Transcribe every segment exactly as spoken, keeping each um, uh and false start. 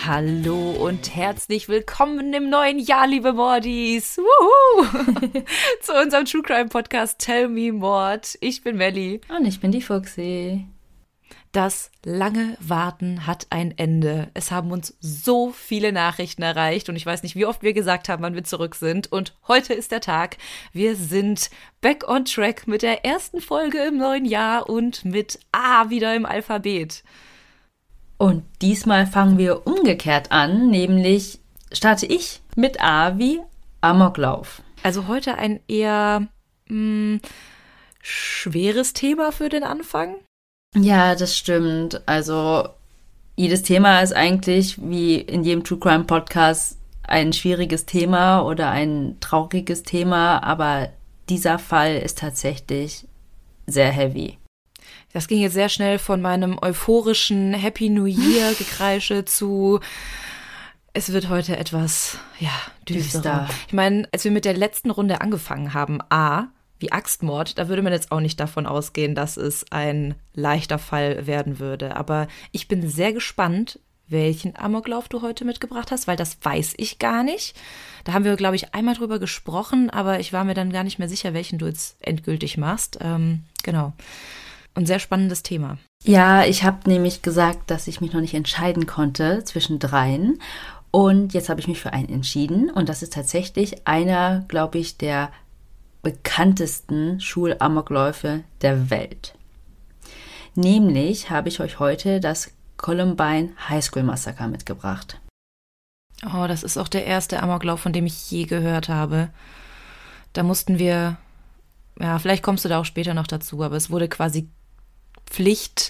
Hallo und herzlich willkommen im neuen Jahr, liebe Mordis. Wuhu! Zu unserem True Crime Podcast Tell Me Mord. Ich bin Melli. Und ich bin die Fuchsi. Das lange Warten hat ein Ende. Es haben uns so viele Nachrichten erreicht und ich weiß nicht, wie oft wir gesagt haben, wann wir zurück sind. Und heute ist der Tag. Wir sind back on track mit der ersten Folge im neuen Jahr und mit A wieder im Alphabet. Und diesmal fangen wir umgekehrt an, nämlich starte ich mit A wie Amoklauf. Also heute ein eher mh, schweres Thema für den Anfang. Ja, das stimmt. Also jedes Thema ist eigentlich, wie in jedem True Crime Podcast, ein schwieriges Thema oder ein trauriges Thema, aber dieser Fall ist tatsächlich sehr heavy. Das ging jetzt sehr schnell von meinem euphorischen Happy New Year Gekreische zu, es wird heute etwas, ja, düsterer. Düster. Ich meine, als wir mit der letzten Runde angefangen haben, A, wie Axtmord, da würde man jetzt auch nicht davon ausgehen, dass es ein leichter Fall werden würde. Aber ich bin sehr gespannt, welchen Amoklauf du heute mitgebracht hast, weil das weiß ich gar nicht. Da haben wir, glaube ich, einmal drüber gesprochen, aber ich war mir dann gar nicht mehr sicher, welchen du jetzt endgültig machst. Ähm, genau. Ein sehr spannendes Thema. Ja, ich habe nämlich gesagt, dass ich mich noch nicht entscheiden konnte zwischen dreien. Und jetzt habe ich mich für einen entschieden. Und das ist tatsächlich einer, glaube ich, der bekanntesten Schulamokläufe der Welt. Nämlich habe ich euch heute das Columbine High School Massaker mitgebracht. Oh, das ist auch der erste Amoklauf, von dem ich je gehört habe. Da mussten wir, ja, vielleicht kommst du da auch später noch dazu, aber es wurde quasi Pflicht,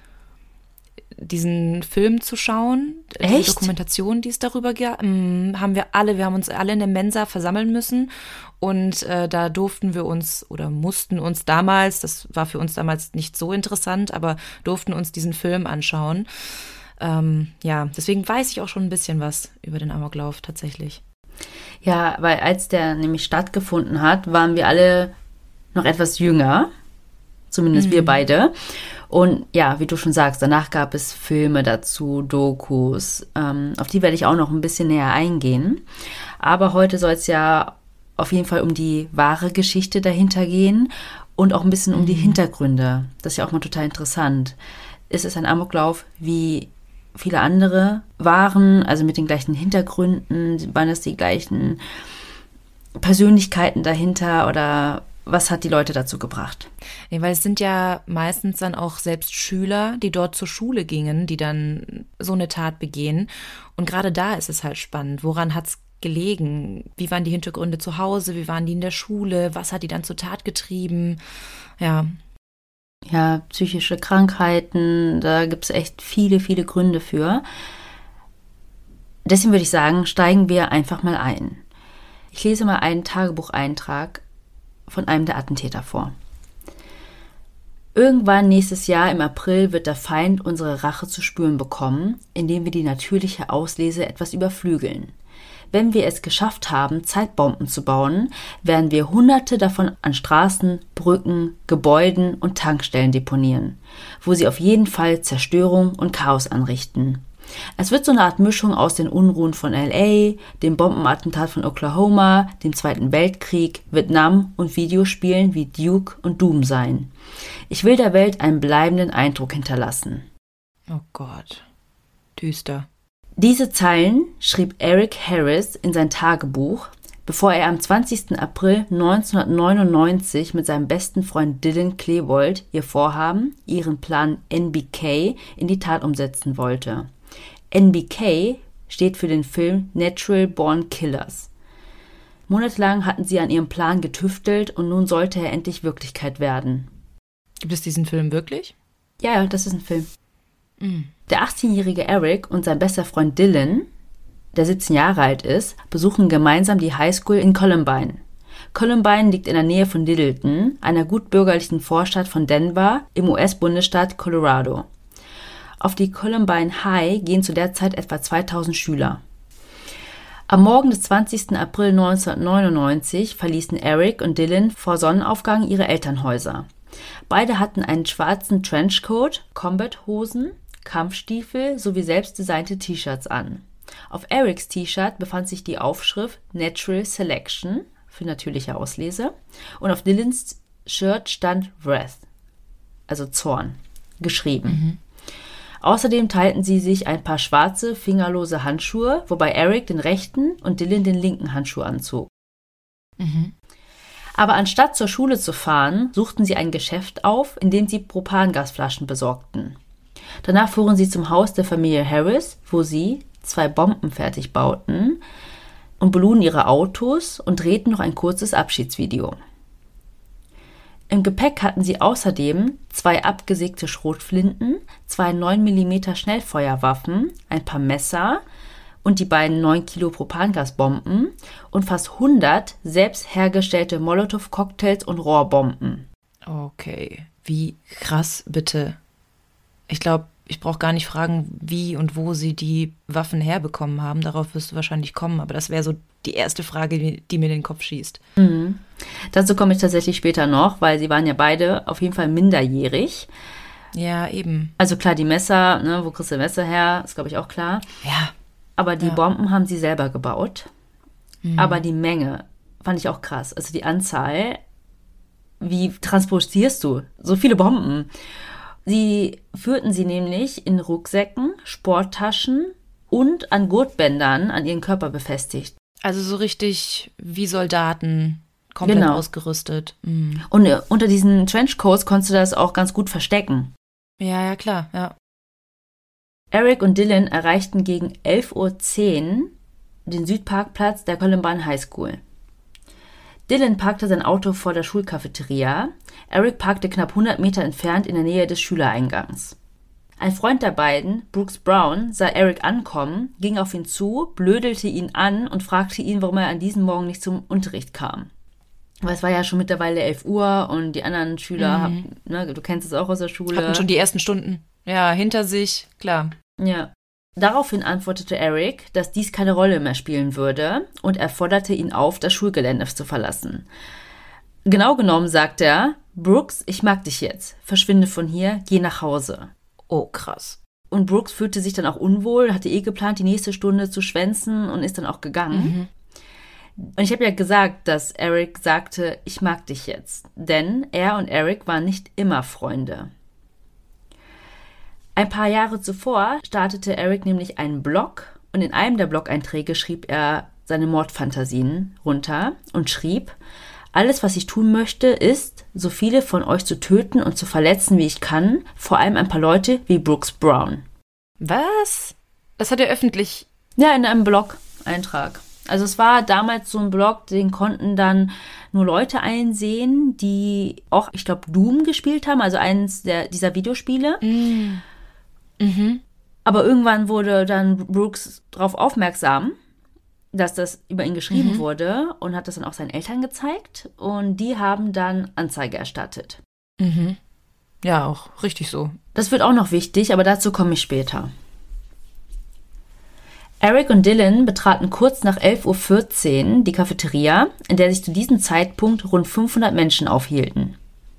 diesen Film zu schauen. Echt? Die Dokumentation, die es darüber gab, haben wir alle, wir haben uns alle in der Mensa versammeln müssen und äh, da durften wir uns oder mussten uns damals, das war für uns damals nicht so interessant, aber durften uns diesen Film anschauen. Ähm, ja, deswegen weiß ich auch schon ein bisschen was über den Amoklauf tatsächlich. Ja, weil als der nämlich stattgefunden hat, waren wir alle noch etwas jünger. Zumindest mhm. wir beide. Und ja, wie du schon sagst, danach gab es Filme dazu, Dokus. Ähm, auf die werde ich auch noch ein bisschen näher eingehen. Aber heute soll es ja auf jeden Fall um die wahre Geschichte dahinter gehen und auch ein bisschen um die Hintergründe. Das ist ja auch mal total interessant. Es ist ein Amoklauf, wie viele andere waren, also mit den gleichen Hintergründen, waren es die gleichen Persönlichkeiten dahinter oder was hat die Leute dazu gebracht? Nee, weil es sind ja meistens dann auch selbst Schüler, die dort zur Schule gingen, die dann so eine Tat begehen. Und gerade da ist es halt spannend. Woran hat es gelegen? Wie waren die Hintergründe zu Hause? Wie waren die in der Schule? Was hat die dann zur Tat getrieben? Ja. Ja, psychische Krankheiten, da gibt es echt viele, viele Gründe für. Deswegen würde ich sagen, steigen wir einfach mal ein. Ich lese mal einen Tagebucheintrag von einem der Attentäter vor. Irgendwann nächstes Jahr im April wird der Feind unsere Rache zu spüren bekommen, indem wir die natürliche Auslese etwas überflügeln. Wenn wir es geschafft haben, Zeitbomben zu bauen, werden wir Hunderte davon an Straßen, Brücken, Gebäuden und Tankstellen deponieren, wo sie auf jeden Fall Zerstörung und Chaos anrichten. Es wird so eine Art Mischung aus den Unruhen von L A, dem Bombenattentat von Oklahoma, dem Zweiten Weltkrieg, Vietnam und Videospielen wie Duke und Doom sein. Ich will der Welt einen bleibenden Eindruck hinterlassen. Oh Gott, düster. Diese Zeilen schrieb Eric Harris in sein Tagebuch, bevor er am zwanzigsten April neunzehnhundertneunundneunzig mit seinem besten Freund Dylan Klebold ihr Vorhaben, ihren Plan N B K, in die Tat umsetzen wollte. N B K steht für den Film Natural Born Killers. Monatelang hatten sie an ihrem Plan getüftelt und nun sollte er endlich Wirklichkeit werden. Gibt es diesen Film wirklich? Ja, das ist ein Film. Mhm. Der achtzehnjährige Eric und sein bester Freund Dylan, der siebzehn Jahre alt ist, besuchen gemeinsam die Highschool in Columbine. Columbine liegt in der Nähe von Littleton, einer gut bürgerlichen Vorstadt von Denver im U S-Bundesstaat Colorado. Auf die Columbine High gehen zu der Zeit etwa zweitausend Schüler. Am Morgen des zwanzigsten April neunzehnhundertneunundneunzig verließen Eric und Dylan vor Sonnenaufgang ihre Elternhäuser. Beide hatten einen schwarzen Trenchcoat, Combat-Hosen, Kampfstiefel sowie selbstdesignte T-Shirts an. Auf Erics T-Shirt befand sich die Aufschrift Natural Selection für natürliche Auslese und auf Dylans Shirt stand Wrath, also Zorn, geschrieben. Mhm. Außerdem teilten sie sich ein paar schwarze, fingerlose Handschuhe, wobei Eric den rechten und Dylan den linken Handschuh anzog. Mhm. Aber anstatt zur Schule zu fahren, suchten sie ein Geschäft auf, in dem sie Propangasflaschen besorgten. Danach fuhren sie zum Haus der Familie Harris, wo sie zwei Bomben fertig bauten und beluden ihre Autos und drehten noch ein kurzes Abschiedsvideo. Im Gepäck hatten sie außerdem zwei abgesägte Schrotflinten, zwei neun Millimeter Schnellfeuerwaffen, ein paar Messer und die beiden neun Kilo Propangasbomben und fast hundert selbst hergestellte Molotow-Cocktails und Rohrbomben. Okay, wie krass bitte. Ich glaube, ich brauche gar nicht fragen, wie und wo sie die Waffen herbekommen haben. Darauf wirst du wahrscheinlich kommen, aber das wäre so die erste Frage, die, die mir in den Kopf schießt. Mhm. Dazu komme ich tatsächlich später noch, weil sie waren ja beide auf jeden Fall minderjährig. Ja, eben. Also klar, die Messer, ne, wo kriegst du Messer her, ist glaube ich auch klar. Ja. Aber die ja. Bomben haben sie selber gebaut. Mhm. Aber die Menge fand ich auch krass. Also die Anzahl, wie transportierst du so viele Bomben? Sie führten sie nämlich in Rucksäcken, Sporttaschen und an Gurtbändern an ihren Körper befestigt. Also so richtig wie Soldaten, komplett genau. ausgerüstet. Mhm. Und äh, unter diesen Trenchcoats konntest du das auch ganz gut verstecken. Ja, ja, klar, ja. Eric und Dylan erreichten gegen elf Uhr zehn den Südparkplatz der Columbine High School. Dylan parkte sein Auto vor der Schulcafeteria. Eric parkte knapp hundert Meter entfernt in der Nähe des Schülereingangs. Ein Freund der beiden, Brooks Brown, sah Eric ankommen, ging auf ihn zu, blödelte ihn an und fragte ihn, warum er an diesem Morgen nicht zum Unterricht kam. Weil es war ja schon mittlerweile elf Uhr und die anderen Schüler, Mhm. haben, ne, du kennst es auch aus der Schule. Hatten schon die ersten Stunden, ja, hinter sich, klar. Ja. Daraufhin antwortete Eric, dass dies keine Rolle mehr spielen würde und er forderte ihn auf, das Schulgelände zu verlassen. Genau genommen sagte er, Brooks, ich mag dich jetzt, verschwinde von hier, geh nach Hause. Oh, krass. Und Brooks fühlte sich dann auch unwohl, hatte eh geplant, die nächste Stunde zu schwänzen und ist dann auch gegangen. Mhm. Und ich habe ja gesagt, dass Eric sagte, ich mag dich jetzt, denn er und Eric waren nicht immer Freunde. Ein paar Jahre zuvor startete Eric nämlich einen Blog und in einem der Blog-Einträge schrieb er seine Mordfantasien runter und schrieb, alles, was ich tun möchte, ist, so viele von euch zu töten und zu verletzen, wie ich kann, vor allem ein paar Leute wie Brooks Brown. Was? Das hat er öffentlich... Ja, in einem Blog-Eintrag. Also es war damals so ein Blog, den konnten dann nur Leute einsehen, die auch, ich glaube, Doom gespielt haben, also eines der, dieser Videospiele. Mm. Mhm. Aber irgendwann wurde dann Brooks darauf aufmerksam, dass das über ihn geschrieben mhm. wurde und hat das dann auch seinen Eltern gezeigt und die haben dann Anzeige erstattet. Mhm. Ja, auch richtig so. Das wird auch noch wichtig, aber dazu komme ich später. Eric und Dylan betraten kurz nach elf Uhr vierzehn die Cafeteria, in der sich zu diesem Zeitpunkt rund fünfhundert Menschen aufhielten.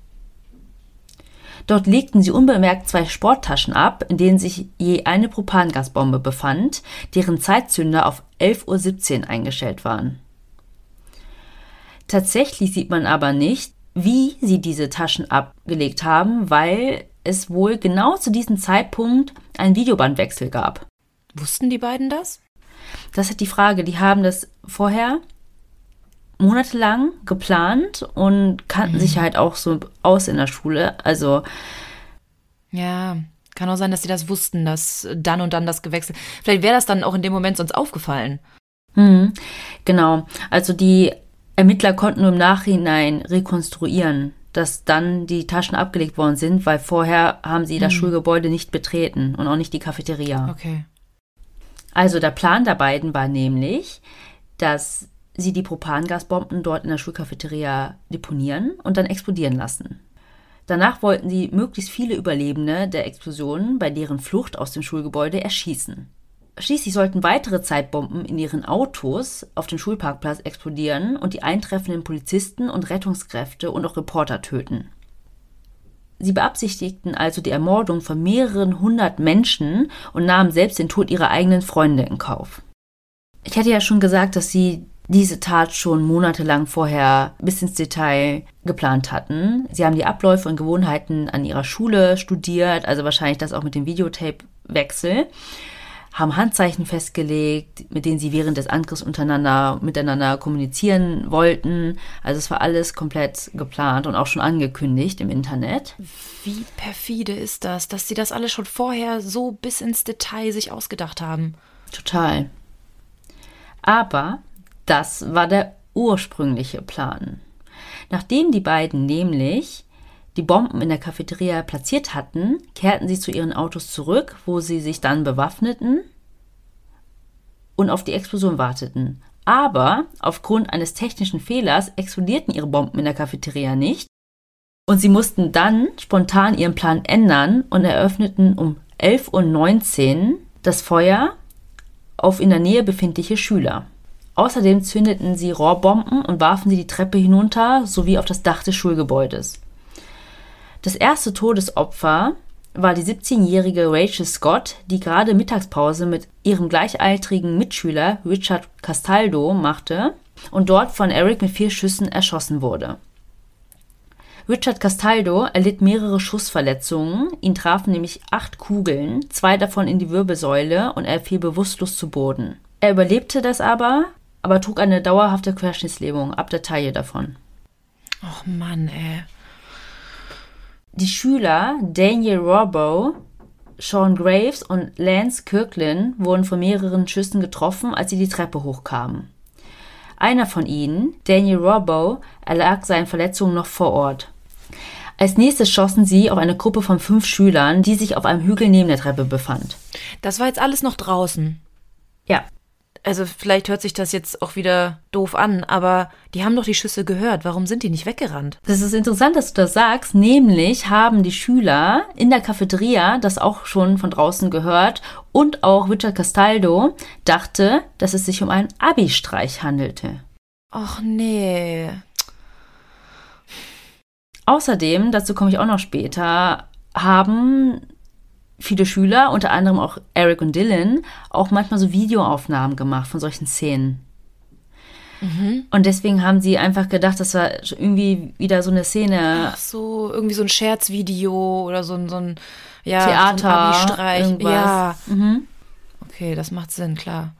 Dort legten sie unbemerkt zwei Sporttaschen ab, in denen sich je eine Propangasbombe befand, deren Zeitzünder auf elf Uhr siebzehn eingestellt waren. Tatsächlich sieht man aber nicht, wie sie diese Taschen abgelegt haben, weil es wohl genau zu diesem Zeitpunkt einen Videobandwechsel gab. Wussten die beiden das? Das ist die Frage. Die haben das vorher monatelang geplant und kannten mhm. sich halt auch so aus in der Schule. Also ja, kann auch sein, dass sie das wussten, dass dann und dann das gewechselt. Vielleicht wäre das dann auch in dem Moment sonst aufgefallen. Mhm. Genau. Also die Ermittler konnten nur im Nachhinein rekonstruieren, dass dann die Taschen abgelegt worden sind, weil vorher haben sie das mhm. Schulgebäude nicht betreten und auch nicht die Cafeteria. Okay. Also der Plan der beiden war nämlich, dass sie die Propangasbomben dort in der Schulcafeteria deponieren und dann explodieren lassen. Danach wollten sie möglichst viele Überlebende der Explosionen bei deren Flucht aus dem Schulgebäude erschießen. Schließlich sollten weitere Zeitbomben in ihren Autos auf dem Schulparkplatz explodieren und die eintreffenden Polizisten und Rettungskräfte und auch Reporter töten. Sie beabsichtigten also die Ermordung von mehreren hundert Menschen und nahmen selbst den Tod ihrer eigenen Freunde in Kauf. Ich hatte ja schon gesagt, dass sie diese Tat schon monatelang vorher bis ins Detail geplant hatten. Sie haben die Abläufe und Gewohnheiten an ihrer Schule studiert, also wahrscheinlich das auch mit dem Videotape-Wechsel, haben Handzeichen festgelegt, mit denen sie während des Angriffs untereinander miteinander kommunizieren wollten. Also es war alles komplett geplant und auch schon angekündigt im Internet. Wie perfide ist das, dass sie das alles schon vorher so bis ins Detail sich ausgedacht haben? Total. Aber das war der ursprüngliche Plan. Nachdem die beiden nämlich die Bomben in der Cafeteria platziert hatten, kehrten sie zu ihren Autos zurück, wo sie sich dann bewaffneten und auf die Explosion warteten. Aber aufgrund eines technischen Fehlers explodierten ihre Bomben in der Cafeteria nicht und sie mussten dann spontan ihren Plan ändern und eröffneten um elf Uhr neunzehn das Feuer auf in der Nähe befindliche Schüler. Außerdem zündeten sie Rohrbomben und warfen sie die Treppe hinunter sowie auf das Dach des Schulgebäudes. Das erste Todesopfer war die siebzehnjährige Rachel Scott, die gerade Mittagspause mit ihrem gleichaltrigen Mitschüler Richard Castaldo machte und dort von Eric mit vier Schüssen erschossen wurde. Richard Castaldo erlitt mehrere Schussverletzungen, ihn trafen nämlich acht Kugeln, zwei davon in die Wirbelsäule und er fiel bewusstlos zu Boden. Er überlebte das aber, aber trug eine dauerhafte Querschnittslähmung ab der Taille davon. Och Mann, ey. Die Schüler Daniel Rohrbough, Sean Graves und Lance Kirkland wurden von mehreren Schüssen getroffen, als sie die Treppe hochkamen. Einer von ihnen, Daniel Rohrbough, erlag seinen Verletzungen noch vor Ort. Als nächstes schossen sie auf eine Gruppe von fünf Schülern, die sich auf einem Hügel neben der Treppe befand. Das war jetzt alles noch draußen. Ja. Also vielleicht hört sich das jetzt auch wieder doof an, aber die haben doch die Schüsse gehört. Warum sind die nicht weggerannt? Das ist interessant, dass du das sagst. Nämlich haben die Schüler in der Cafeteria das auch schon von draußen gehört und auch Richard Castaldo dachte, dass es sich um einen Abi-Streich handelte. Och nee. Außerdem, dazu komme ich auch noch später, haben viele Schüler, unter anderem auch Eric und Dylan, auch manchmal so Videoaufnahmen gemacht von solchen Szenen. Mhm. Und deswegen haben sie einfach gedacht, das war irgendwie wieder so eine Szene. Ach so, irgendwie so ein Scherzvideo oder so ein, so ein ja, Theater, so ein Abi-Streich. irgendwas. Ja. Mhm. Okay, das macht Sinn, klar.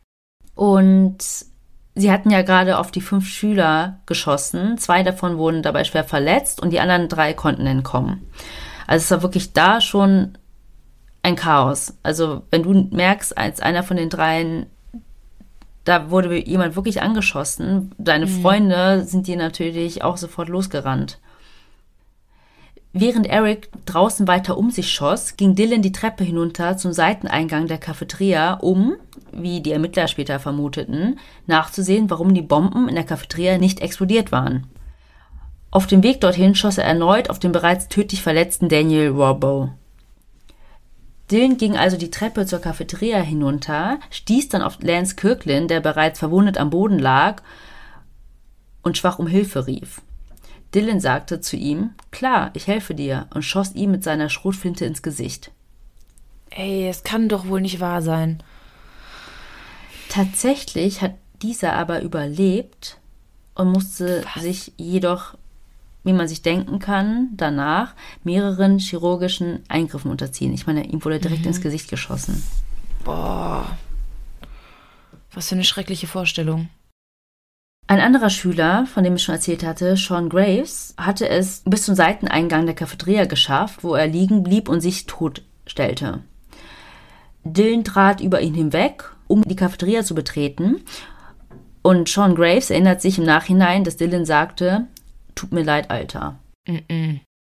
Und sie hatten ja gerade auf die fünf Schüler geschossen. Zwei davon wurden dabei schwer verletzt und die anderen drei konnten entkommen. Also es war wirklich da schon ein Chaos. Also wenn du merkst, als einer von den dreien, da wurde jemand wirklich angeschossen, deine mhm. Freunde sind dir natürlich auch sofort losgerannt. Während Eric draußen weiter um sich schoss, ging Dylan die Treppe hinunter zum Seiteneingang der Cafeteria, um, wie die Ermittler später vermuteten, nachzusehen, warum die Bomben in der Cafeteria nicht explodiert waren. Auf dem Weg dorthin schoss er erneut auf den bereits tödlich verletzten Daniel Rohrbough. Dylan ging also die Treppe zur Cafeteria hinunter, stieß dann auf Lance Kirkland, der bereits verwundet am Boden lag und schwach um Hilfe rief. Dylan sagte zu ihm, klar, ich helfe dir, und schoss ihm mit seiner Schrotflinte ins Gesicht. Ey, es kann doch wohl nicht wahr sein. Tatsächlich hat dieser aber überlebt und musste Was? sich jedoch, wie man sich denken kann, danach mehreren chirurgischen Eingriffen unterziehen. Ich meine, ihm wurde direkt mhm. ins Gesicht geschossen. Boah, was für eine schreckliche Vorstellung. Ein anderer Schüler, von dem ich schon erzählt hatte, Sean Graves, hatte es bis zum Seiteneingang der Cafeteria geschafft, wo er liegen blieb und sich tot stellte. Dylan trat über ihn hinweg, um die Cafeteria zu betreten, und Sean Graves erinnert sich im Nachhinein, dass Dylan sagte, tut mir leid, Alter. Mm-mm.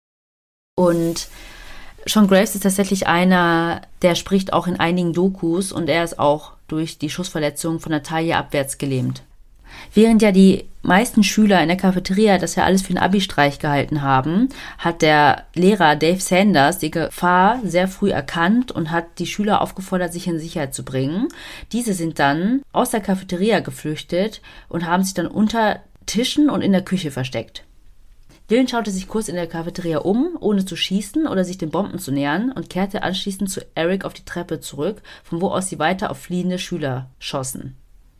Und Sean Graves ist tatsächlich einer, der spricht auch in einigen Dokus und er ist auch durch die Schussverletzung von der Taille abwärts gelähmt. Während ja die meisten Schüler in der Cafeteria das ja alles für einen Abi-Streich gehalten haben, hat der Lehrer Dave Sanders die Gefahr sehr früh erkannt und hat die Schüler aufgefordert, sich in Sicherheit zu bringen. Diese sind dann aus der Cafeteria geflüchtet und haben sich dann unter Tischen und in der Küche versteckt. Dylan schaute sich kurz in der Cafeteria um, ohne zu schießen oder sich den Bomben zu nähern, und kehrte anschließend zu Eric auf die Treppe zurück, von wo aus sie weiter auf fliehende Schüler schossen.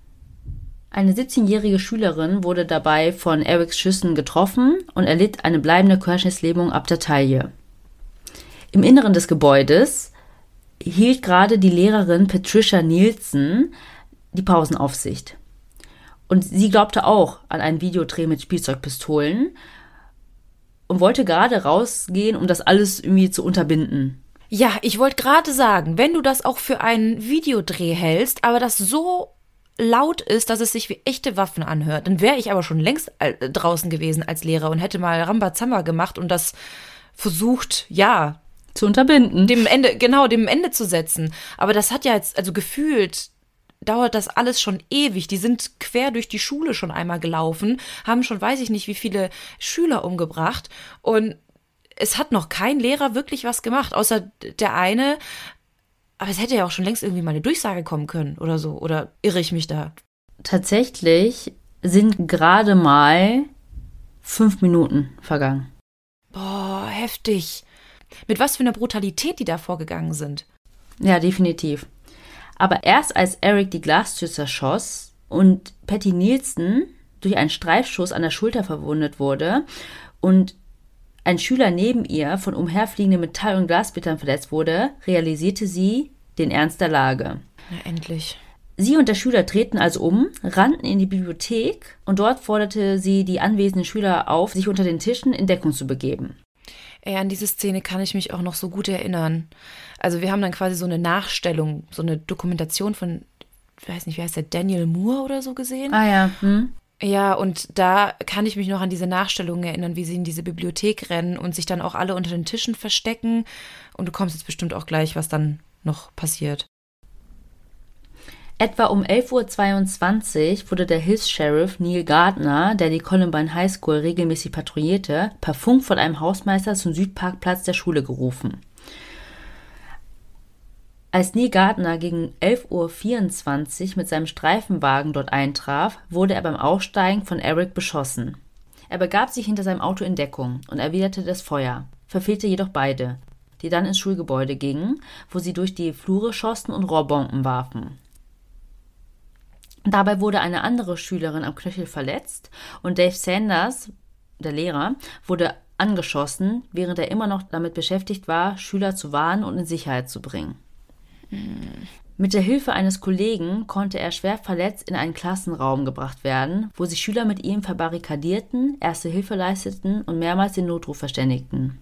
Eine siebzehnjährige Schülerin wurde dabei von Erics Schüssen getroffen und erlitt eine bleibende Querschnittslähmung ab der Taille. Im Inneren des Gebäudes hielt gerade die Lehrerin Patricia Nielsen die Pausenaufsicht. Und sie glaubte auch an einen Videodreh mit Spielzeugpistolen und wollte gerade rausgehen, um das alles irgendwie zu unterbinden. Ja, ich wollte gerade sagen, wenn du das auch für einen Videodreh hältst, aber das so laut ist, dass es sich wie echte Waffen anhört, dann wäre ich aber schon längst draußen gewesen als Lehrer und hätte mal Rambazamba gemacht und das versucht, ja, zu unterbinden. Dem Ende, genau, dem Ende zu setzen. Aber das hat ja jetzt, also gefühlt, dauert das alles schon ewig. Die sind quer durch die Schule schon einmal gelaufen, haben schon weiß ich nicht wie viele Schüler umgebracht und es hat noch kein Lehrer wirklich was gemacht, außer der eine. Aber es hätte ja auch schon längst irgendwie mal eine Durchsage kommen können oder so. Oder irre ich mich da? Tatsächlich sind gerade mal fünf Minuten vergangen. Boah, heftig. Mit was für einer Brutalität die da vorgegangen sind. Ja, definitiv. Aber erst als Eric die Glastür zerschoss und Patty Nielsen durch einen Streifschuss an der Schulter verwundet wurde und ein Schüler neben ihr von umherfliegenden Metall- und Glassplittern verletzt wurde, realisierte sie den Ernst der Lage. Na, endlich. Sie und der Schüler drehten also um, rannten in die Bibliothek und dort forderte sie die anwesenden Schüler auf, sich unter den Tischen in Deckung zu begeben. Ey, an diese Szene kann ich mich auch noch so gut erinnern. Also wir haben dann quasi so eine Nachstellung, so eine Dokumentation von, ich weiß nicht, wie heißt der, Daniel Moore oder so gesehen. Ah ja. Hm. Ja, und da kann ich mich noch an diese Nachstellungen erinnern, wie sie in diese Bibliothek rennen und sich dann auch alle unter den Tischen verstecken. Und du kommst jetzt bestimmt auch gleich, was dann noch passiert. Etwa um elf Uhr zweiundzwanzig wurde der Hilfs-Sheriff Neil Gardner, der die Columbine High School regelmäßig patrouillierte, per Funk von einem Hausmeister zum Südparkplatz der Schule gerufen. Als Neil Gardner gegen elf Uhr vierundzwanzig mit seinem Streifenwagen dort eintraf, wurde er beim Aussteigen von Eric beschossen. Er begab sich hinter seinem Auto in Deckung und erwiderte das Feuer, verfehlte jedoch beide, die dann ins Schulgebäude gingen, wo sie durch die Flure schossen und Rohrbomben warfen. Dabei wurde eine andere Schülerin am Knöchel verletzt und Dave Sanders, der Lehrer, wurde angeschossen, während er immer noch damit beschäftigt war, Schüler zu warnen und in Sicherheit zu bringen. Mhm. Mit der Hilfe eines Kollegen konnte er schwer verletzt in einen Klassenraum gebracht werden, wo sich Schüler mit ihm verbarrikadierten, Erste Hilfe leisteten und mehrmals den Notruf verständigten.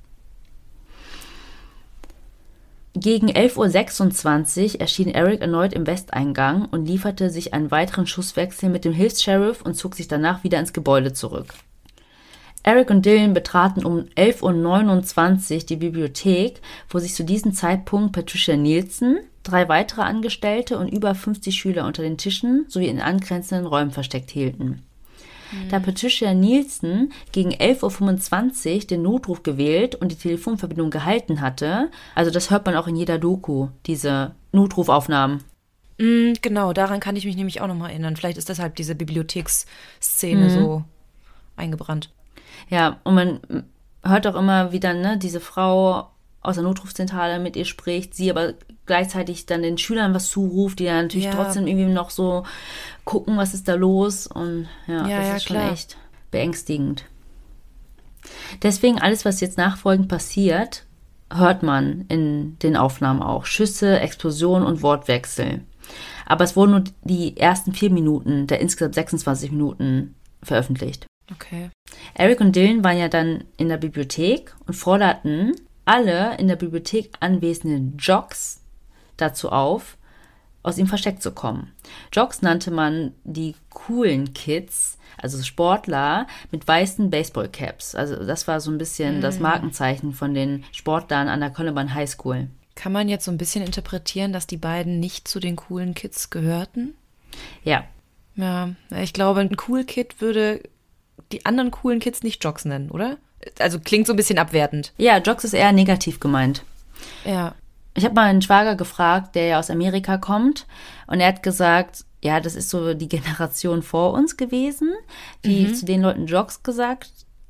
Gegen elf Uhr sechsundzwanzig erschien Eric erneut im Westeingang und lieferte sich einen weiteren Schusswechsel mit dem Hilfs-Sheriff und zog sich danach wieder ins Gebäude zurück. Eric und Dylan betraten um elf Uhr neunundzwanzig die Bibliothek, wo sich zu diesem Zeitpunkt Patricia Nielsen, drei weitere Angestellte und über fünfzig Schüler unter den Tischen sowie in angrenzenden Räumen versteckt hielten. Da Patricia Nielsen gegen elf Uhr fünfundzwanzig den Notruf gewählt und die Telefonverbindung gehalten hatte, also das hört man auch in jeder Doku, diese Notrufaufnahmen. Mm, genau, daran kann ich mich nämlich auch nochmal erinnern. Vielleicht ist deshalb diese Bibliotheksszene mhm. so eingebrannt. Ja, und man hört auch immer, wie dann ne, diese Frau aus der Notrufzentrale mit ihr spricht, sie aber gleichzeitig dann den Schülern was zuruft, die dann natürlich ja. trotzdem irgendwie noch so gucken, was ist da los. Und ja, ja das ja, ist schon klar. echt beängstigend. Deswegen alles, was jetzt nachfolgend passiert, hört man in den Aufnahmen auch. Schüsse, Explosionen und Wortwechsel. Aber es wurden nur die ersten vier Minuten der insgesamt sechsundzwanzig Minuten veröffentlicht. Okay. Eric und Dylan waren ja dann in der Bibliothek und forderten alle in der Bibliothek anwesenden Jocks dazu auf, aus ihm versteckt zu kommen. Jocks nannte man die coolen Kids, also Sportler mit weißen Baseballcaps. Also das war so ein bisschen mm. das Markenzeichen von den Sportlern an der Columbine High School. Kann man jetzt so ein bisschen interpretieren, dass die beiden nicht zu den coolen Kids gehörten? Ja. Ja, ich glaube, ein cool Kid würde die anderen coolen Kids nicht Jocks nennen, oder? Also klingt so ein bisschen abwertend. Ja, Jocks ist eher negativ gemeint. Ja. Ich habe mal einen Schwager gefragt, der ja aus Amerika kommt, und er hat gesagt, ja, das ist so die Generation vor uns gewesen, die mhm. zu den Leuten Jocks gesagt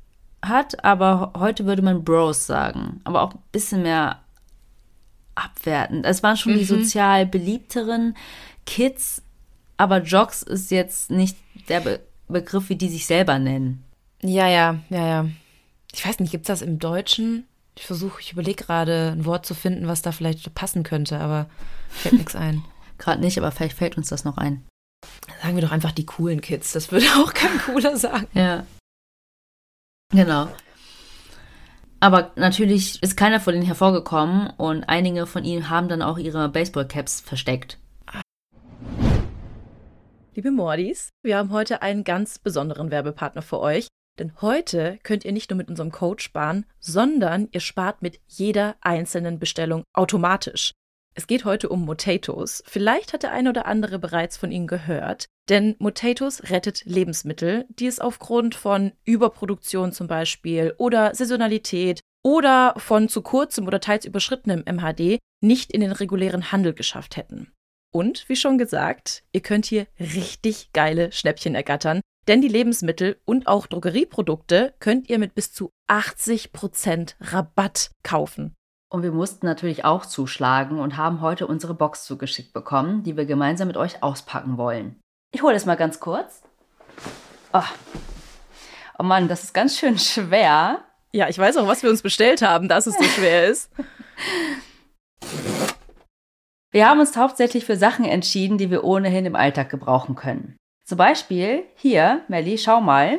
hat, aber heute würde man Bros sagen. Aber auch ein bisschen mehr abwertend. Es waren schon mhm. die sozial beliebteren Kids, aber Jocks ist jetzt nicht der Be- Begriff, wie die sich selber nennen. Ja, ja, ja, ja. Ich weiß nicht, gibt es das im Deutschen? Ich versuche, ich überlege gerade, ein Wort zu finden, was da vielleicht passen könnte, aber fällt nichts ein. Gerade nicht, aber vielleicht fällt uns das noch ein. Sagen wir doch einfach die coolen Kids. Das würde auch kein Cooler sagen. Ja. Genau. Aber natürlich ist keiner von ihnen hervorgekommen und einige von ihnen haben dann auch ihre Baseballcaps versteckt. Liebe Mordis, wir haben heute einen ganz besonderen Werbepartner für euch. Denn heute könnt ihr nicht nur mit unserem Code sparen, sondern ihr spart mit jeder einzelnen Bestellung automatisch. Es geht heute um Motatos. Vielleicht hat der eine oder andere bereits von ihnen gehört, denn Motatos rettet Lebensmittel, die es aufgrund von Überproduktion zum Beispiel oder Saisonalität oder von zu kurzem oder teils überschrittenem M H D nicht in den regulären Handel geschafft hätten. Und, wie schon gesagt, ihr könnt hier richtig geile Schnäppchen ergattern, denn die Lebensmittel und auch Drogerieprodukte könnt ihr mit bis zu achtzig Prozent Rabatt kaufen. Und wir mussten natürlich auch zuschlagen und haben heute unsere Box zugeschickt bekommen, die wir gemeinsam mit euch auspacken wollen. Ich hole es mal ganz kurz. Oh. oh Mann, das ist ganz schön schwer. Ja, ich weiß auch, was wir uns bestellt haben, dass es so schwer ist. Wir haben uns hauptsächlich für Sachen entschieden, die wir ohnehin im Alltag gebrauchen können. Zum Beispiel hier, Melli, schau mal.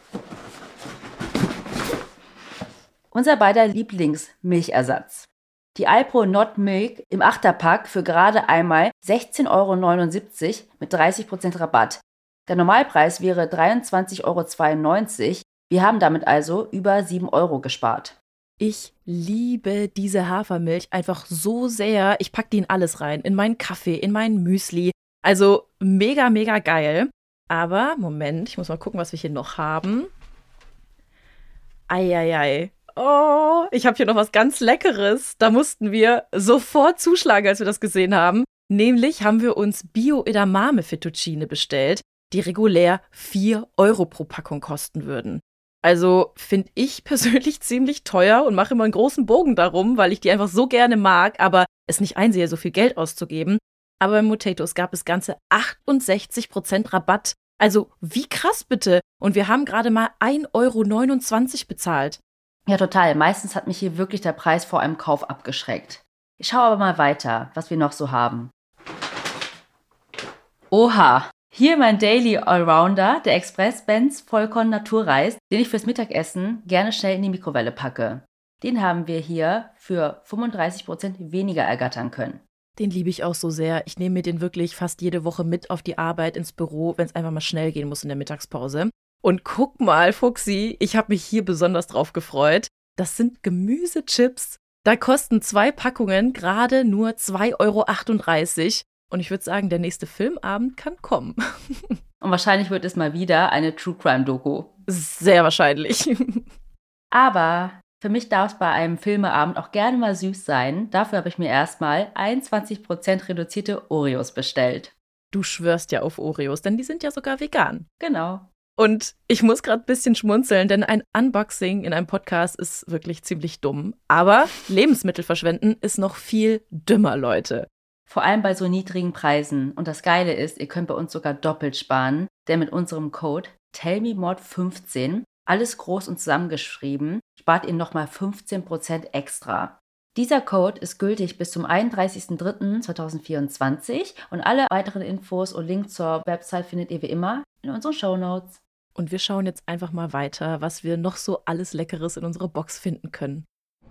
Unser beider Lieblingsmilchersatz. Die Alpro Not Milk im Achterpack für gerade einmal sechzehn Euro neunundsiebzig mit dreißig Prozent Rabatt. Der Normalpreis wäre dreiundzwanzig Euro zweiundneunzig. Wir haben damit also über sieben Euro gespart. Ich liebe diese Hafermilch einfach so sehr. Ich packe die in alles rein. In meinen Kaffee, in meinen Müsli. Also mega, mega geil. Aber, Moment, ich muss mal gucken, was wir hier noch haben. Eieiei. Oh, ich habe hier noch was ganz Leckeres. Da mussten wir sofort zuschlagen, als wir das gesehen haben. Nämlich haben wir uns Bio-Edamame-Fettuccine bestellt, die regulär vier Euro pro Packung kosten würden. Also finde ich persönlich ziemlich teuer und mache immer einen großen Bogen darum, weil ich die einfach so gerne mag, aber es nicht einsehe, so viel Geld auszugeben. Aber bei Motatos gab es ganze achtundsechzig Prozent Rabatt. Also wie krass bitte. Und wir haben gerade mal ein Euro neunundzwanzig bezahlt. Ja, total. Meistens hat mich hier wirklich der Preis vor einem Kauf abgeschreckt. Ich schaue aber mal weiter, was wir noch so haben. Oha, hier mein Daily Allrounder, der Express Benz Vollkorn Naturreis, den ich fürs Mittagessen gerne schnell in die Mikrowelle packe. Den haben wir hier für fünfunddreißig Prozent weniger ergattern können. Den liebe ich auch so sehr. Ich nehme mir den wirklich fast jede Woche mit auf die Arbeit, ins Büro, wenn es einfach mal schnell gehen muss in der Mittagspause. Und guck mal, Fuchsi, ich habe mich hier besonders drauf gefreut. Das sind Gemüsechips. Da kosten zwei Packungen gerade nur zwei Euro achtunddreißig. Und ich würde sagen, der nächste Filmabend kann kommen. Und wahrscheinlich wird es mal wieder eine True Crime Doku. Sehr wahrscheinlich. Aber für mich darf es bei einem Filmeabend auch gerne mal süß sein. Dafür habe ich mir erstmal einundzwanzig Prozent reduzierte Oreos bestellt. Du schwörst ja auf Oreos, denn die sind ja sogar vegan. Genau. Und ich muss gerade ein bisschen schmunzeln, denn ein Unboxing in einem Podcast ist wirklich ziemlich dumm. Aber Lebensmittel verschwenden ist noch viel dümmer, Leute. Vor allem bei so niedrigen Preisen. Und das Geile ist, ihr könnt bei uns sogar doppelt sparen, denn mit unserem Code tellmemord fünfzehn, alles groß und zusammengeschrieben, spart ihr nochmal fünfzehn Prozent extra. Dieser Code ist gültig bis zum einunddreißigsten dritten zweitausendvierundzwanzig und alle weiteren Infos und Links zur Website findet ihr wie immer in unseren Shownotes. Und wir schauen jetzt einfach mal weiter, was wir noch so alles Leckeres in unserer Box finden können.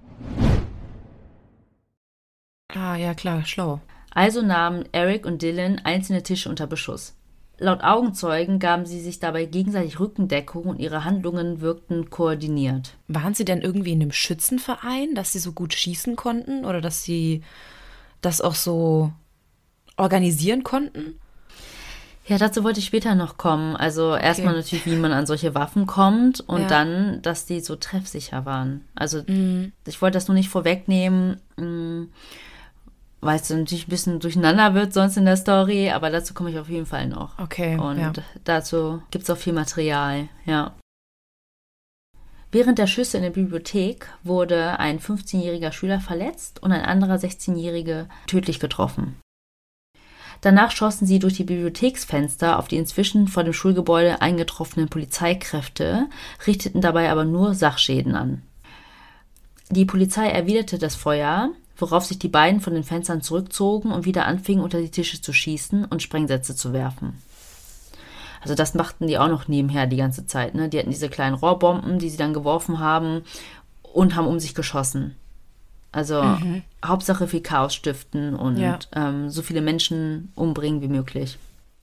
Ah, ja klar, schlau. Also nahmen Eric und Dylan einzelne Tische unter Beschuss. Laut Augenzeugen gaben sie sich dabei gegenseitig Rückendeckung und ihre Handlungen wirkten koordiniert. Waren sie denn irgendwie in einem Schützenverein, dass sie so gut schießen konnten oder dass sie das auch so organisieren konnten? Ja, dazu wollte ich später noch kommen. Also okay. Erstmal natürlich, wie man an solche Waffen kommt und ja. Dann, dass die so treffsicher waren. Also mhm. Ich wollte das nur nicht vorwegnehmen, mh, weil es natürlich ein bisschen durcheinander wird sonst in der Story, aber dazu komme ich auf jeden Fall noch. Okay. Und ja. dazu gibt es auch viel Material, ja. Während der Schüsse in der Bibliothek wurde ein fünfzehnjähriger Schüler verletzt und ein anderer sechzehnjähriger tödlich getroffen. Danach schossen sie durch die Bibliotheksfenster auf die inzwischen vor dem Schulgebäude eingetroffenen Polizeikräfte, richteten dabei aber nur Sachschäden an. Die Polizei erwiderte das Feuer, worauf sich die beiden von den Fenstern zurückzogen und wieder anfingen, unter die Tische zu schießen und Sprengsätze zu werfen. Also das machten die auch noch nebenher die ganze Zeit, ne? Die hatten diese kleinen Rohrbomben, die sie dann geworfen haben und haben um sich geschossen. Also mhm. Hauptsache viel Chaos stiften und ja. ähm, so viele Menschen umbringen wie möglich.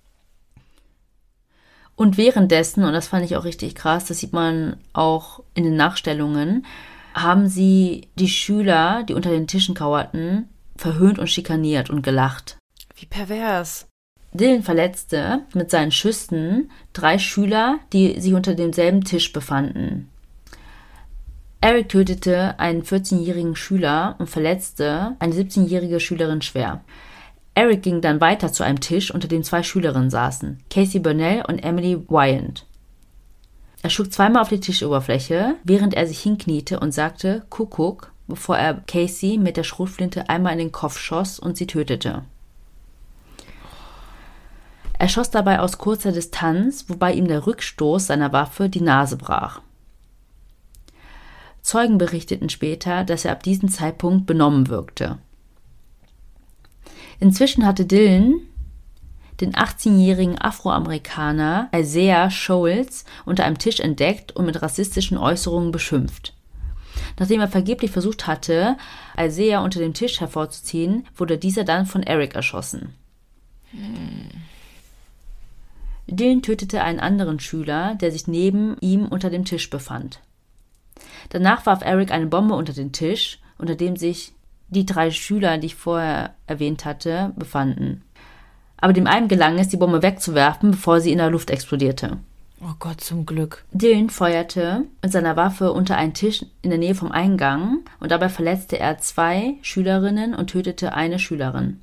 Und währenddessen, und das fand ich auch richtig krass, das sieht man auch in den Nachstellungen, haben sie die Schüler, die unter den Tischen kauerten, verhöhnt und schikaniert und gelacht. Wie pervers. Dylan verletzte mit seinen Schüssen drei Schüler, die sich unter demselben Tisch befanden. Eric tötete einen vierzehnjährigen Schüler und verletzte eine siebzehnjährige Schülerin schwer. Eric ging dann weiter zu einem Tisch, unter dem zwei Schülerinnen saßen, Casey Burnell und Emily Wyant. Er schlug zweimal auf die Tischoberfläche, während er sich hinkniete und sagte Kuckuck, bevor er Casey mit der Schrotflinte einmal in den Kopf schoss und sie tötete. Er schoss dabei aus kurzer Distanz, wobei ihm der Rückstoß seiner Waffe die Nase brach. Zeugen berichteten später, dass er ab diesem Zeitpunkt benommen wirkte. Inzwischen hatte Dylan den achtzehnjährigen Afroamerikaner Isaiah Shoals unter einem Tisch entdeckt und mit rassistischen Äußerungen beschimpft. Nachdem er vergeblich versucht hatte, Isaiah unter dem Tisch hervorzuziehen, wurde dieser dann von Eric erschossen. Hm. Dylan tötete einen anderen Schüler, der sich neben ihm unter dem Tisch befand. Danach warf Eric eine Bombe unter den Tisch, unter dem sich die drei Schüler, die ich vorher erwähnt hatte, befanden. Aber dem einen gelang es, die Bombe wegzuwerfen, bevor sie in der Luft explodierte. Oh Gott, zum Glück. Dylan feuerte mit seiner Waffe unter einen Tisch in der Nähe vom Eingang und dabei verletzte er zwei Schülerinnen und tötete eine Schülerin.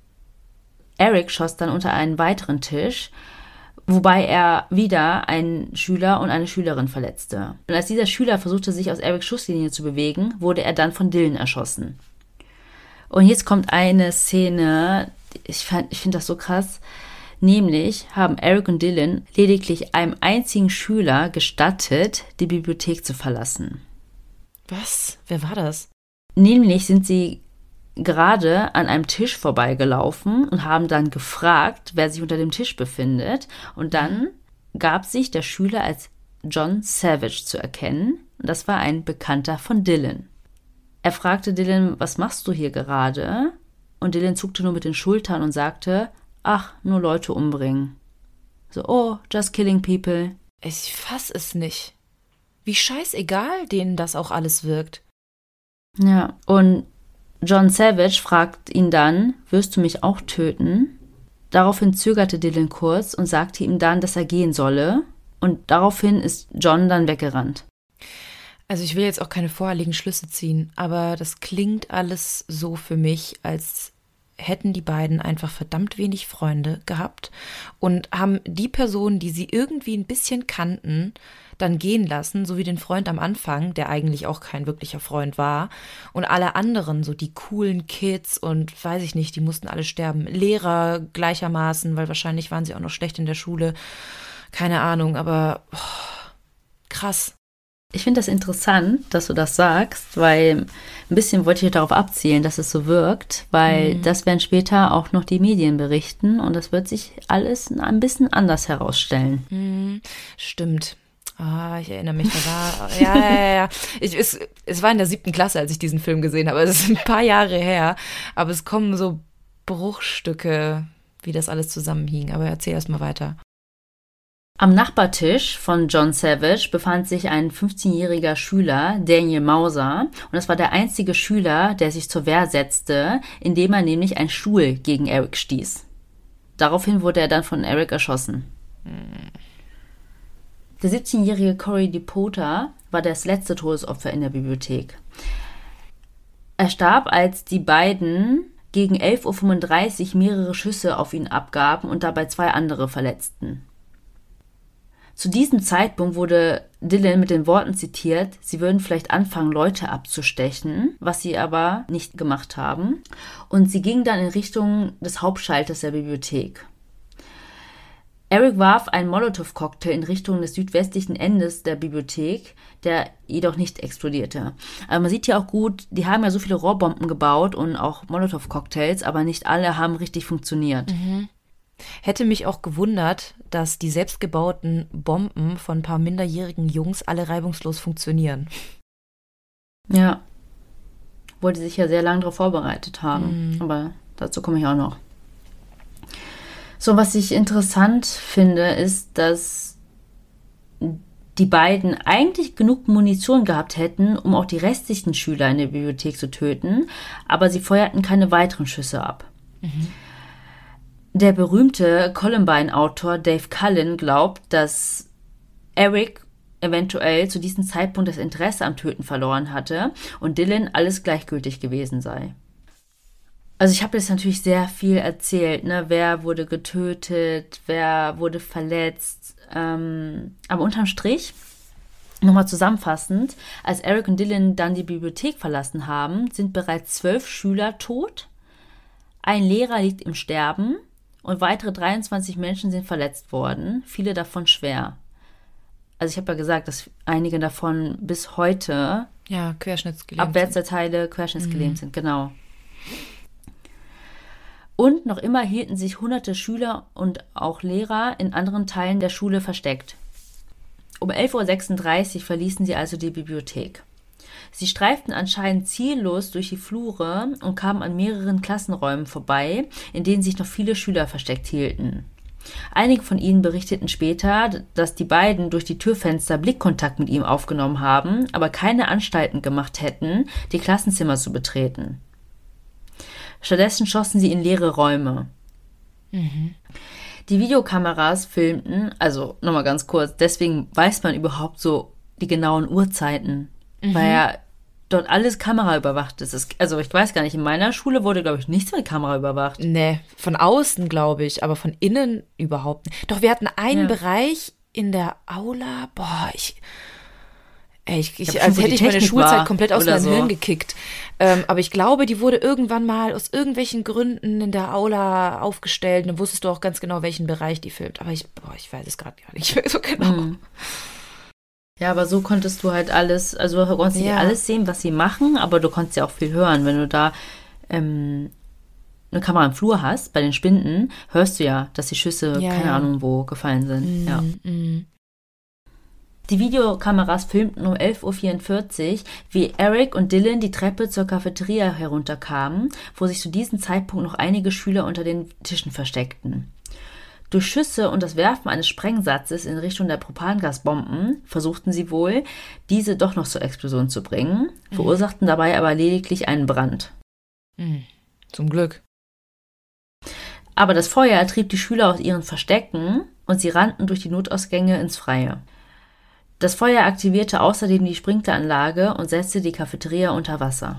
Eric schoss dann unter einen weiteren Tisch, wobei er wieder einen Schüler und eine Schülerin verletzte. Und als dieser Schüler versuchte, sich aus Erics Schusslinie zu bewegen, wurde er dann von Dylan erschossen. Und jetzt kommt eine Szene, ich, ich finde das so krass, nämlich haben Eric und Dylan lediglich einem einzigen Schüler gestattet, die Bibliothek zu verlassen. Was? Wer war das? Nämlich sind sie gerade an einem Tisch vorbeigelaufen und haben dann gefragt, wer sich unter dem Tisch befindet. Und dann gab sich der Schüler als John Savage zu erkennen. Und das war ein Bekannter von Dylan. Er fragte Dylan, was machst du hier gerade? Und Dylan zuckte nur mit den Schultern und sagte, ach, nur Leute umbringen. So, oh, just killing people. Ich fass es nicht. Wie scheißegal denen das auch alles wirkt. Ja, und John Savage fragt ihn dann, wirst du mich auch töten? Daraufhin zögerte Dylan kurz und sagte ihm dann, dass er gehen solle. Und daraufhin ist John dann weggerannt. Also ich will jetzt auch keine vorherigen Schlüsse ziehen, aber das klingt alles so für mich, als hätten die beiden einfach verdammt wenig Freunde gehabt und haben die Person, die sie irgendwie ein bisschen kannten, dann gehen lassen, so wie den Freund am Anfang, der eigentlich auch kein wirklicher Freund war. Und alle anderen, so die coolen Kids und weiß ich nicht, die mussten alle sterben. Lehrer gleichermaßen, weil wahrscheinlich waren sie auch noch schlecht in der Schule. Keine Ahnung, aber oh, krass. Ich finde das interessant, dass du das sagst, weil ein bisschen wollte ich darauf abzielen, dass es so wirkt, weil mhm. das werden später auch noch die Medien berichten und das wird sich alles ein bisschen anders herausstellen. Mhm. Stimmt. Ah, ich erinnere mich, da war, ja, ja, ja, ich, es, es war in der siebten Klasse, als ich diesen Film gesehen habe, es ist ein paar Jahre her, aber es kommen so Bruchstücke, wie das alles zusammenhing, aber erzähl erst mal weiter. Am Nachbartisch von John Savage befand sich ein fünfzehnjähriger Schüler, Daniel Mauser, und das war der einzige Schüler, der sich zur Wehr setzte, indem er nämlich einen Stuhl gegen Eric stieß. Daraufhin wurde er dann von Eric erschossen. Hm. Der siebzehnjährige Corey DePota war das letzte Todesopfer in der Bibliothek. Er starb, als die beiden gegen elf Uhr fünfunddreißig mehrere Schüsse auf ihn abgaben und dabei zwei andere verletzten. Zu diesem Zeitpunkt wurde Dylan mit den Worten zitiert, sie würden vielleicht anfangen, Leute abzustechen, was sie aber nicht gemacht haben. Und sie gingen dann in Richtung des Hauptschalters der Bibliothek. Eric warf einen Molotow-Cocktail in Richtung des südwestlichen Endes der Bibliothek, der jedoch nicht explodierte. Aber man sieht hier auch gut, die haben ja so viele Rohrbomben gebaut und auch Molotow-Cocktails, aber nicht alle haben richtig funktioniert. Mhm. Hätte mich auch gewundert, dass die selbstgebauten Bomben von ein paar minderjährigen Jungs alle reibungslos funktionieren. Ja, obwohl die sich ja sehr lange darauf vorbereitet haben. Mhm. Aber dazu komme ich auch noch. So, was ich interessant finde, ist, dass die beiden eigentlich genug Munition gehabt hätten, um auch die restlichen Schüler in der Bibliothek zu töten, aber sie feuerten keine weiteren Schüsse ab. Mhm. Der berühmte Columbine-Autor Dave Cullen glaubt, dass Eric eventuell zu diesem Zeitpunkt das Interesse am Töten verloren hatte und Dylan alles gleichgültig gewesen sei. Also ich habe jetzt natürlich sehr viel erzählt, ne? Wer wurde getötet, wer wurde verletzt, ähm, aber unterm Strich, nochmal zusammenfassend, als Eric und Dylan dann die Bibliothek verlassen haben, sind bereits zwölf Schüler tot, ein Lehrer liegt im Sterben und weitere dreiundzwanzig Menschen sind verletzt worden, viele davon schwer. Also ich habe ja gesagt, dass einige davon bis heute ja, querschnittsgelähmt abwärts der Teile querschnittsgelähmt mhm. sind, genau. Und noch immer hielten sich hunderte Schüler und auch Lehrer in anderen Teilen der Schule versteckt. Um elf Uhr sechsunddreißig verließen sie also die Bibliothek. Sie streiften anscheinend ziellos durch die Flure und kamen an mehreren Klassenräumen vorbei, in denen sich noch viele Schüler versteckt hielten. Einige von ihnen berichteten später, dass die beiden durch die Türfenster Blickkontakt mit ihm aufgenommen haben, aber keine Anstalten gemacht hätten, die Klassenzimmer zu betreten. Stattdessen schossen sie in leere Räume. Mhm. Die Videokameras filmten, also nochmal ganz kurz, deswegen weiß man überhaupt so die genauen Uhrzeiten, mhm. weil ja dort alles Kamera überwacht ist. Also ich weiß gar nicht, in meiner Schule wurde, glaube ich, nichts mit Kamera überwacht. Nee, von außen, glaube ich, aber von innen überhaupt nicht. Doch wir hatten einen ja. Bereich in der Aula, boah, ich... Ey, ich, ich, als hätte ich meine Schulzeit komplett aus meinem so. Hirn gekickt. Ähm, aber ich glaube, die wurde irgendwann mal aus irgendwelchen Gründen in der Aula aufgestellt. Dann wusstest du auch ganz genau, welchen Bereich die filmt. Aber ich, boah, ich weiß es gerade gar nicht mehr so genau. Mhm. Ja, aber so konntest du halt alles, also du konntest ja. nicht alles sehen, was sie machen, aber du konntest ja auch viel hören. Wenn du da ähm, eine Kamera im Flur hast, bei den Spinden, hörst du ja, dass die Schüsse, ja, keine ja. Ahnung wo, gefallen sind. Mhm. Ja. Mhm. Die Videokameras filmten um elf Uhr vierundvierzig, wie Eric und Dylan die Treppe zur Cafeteria herunterkamen, wo sich zu diesem Zeitpunkt noch einige Schüler unter den Tischen versteckten. Durch Schüsse und das Werfen eines Sprengsatzes in Richtung der Propangasbomben versuchten sie wohl, diese doch noch zur Explosion zu bringen, mhm. verursachten dabei aber lediglich einen Brand. Mhm. Zum Glück. Aber das Feuer trieb die Schüler aus ihren Verstecken und sie rannten durch die Notausgänge ins Freie. Das Feuer aktivierte außerdem die Sprinkleranlage und setzte die Cafeteria unter Wasser.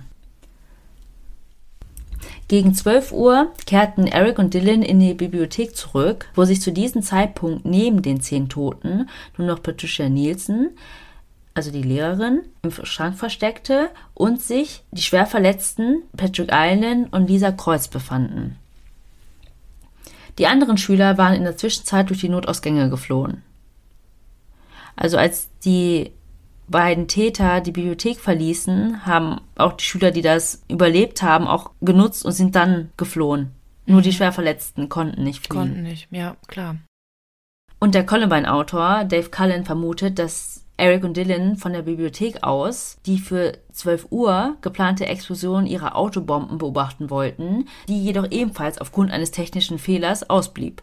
Gegen zwölf Uhr kehrten Eric und Dylan in die Bibliothek zurück, wo sich zu diesem Zeitpunkt neben den zehn Toten nur noch Patricia Nielsen, also die Lehrerin, im Schrank versteckte und sich die schwer verletzten Patrick Allen und Lisa Kreuz befanden. Die anderen Schüler waren in der Zwischenzeit durch die Notausgänge geflohen. Also als die beiden Täter die Bibliothek verließen, haben auch die Schüler, die das überlebt haben, auch genutzt und sind dann geflohen. Mhm. Nur die Schwerverletzten konnten nicht fliehen. Konnten nicht, ja, klar. Und der Columbine-Autor Dave Cullen vermutet, dass Eric und Dylan von der Bibliothek aus die für zwölf Uhr geplante Explosion ihrer Autobomben beobachten wollten, die jedoch ebenfalls aufgrund eines technischen Fehlers ausblieb.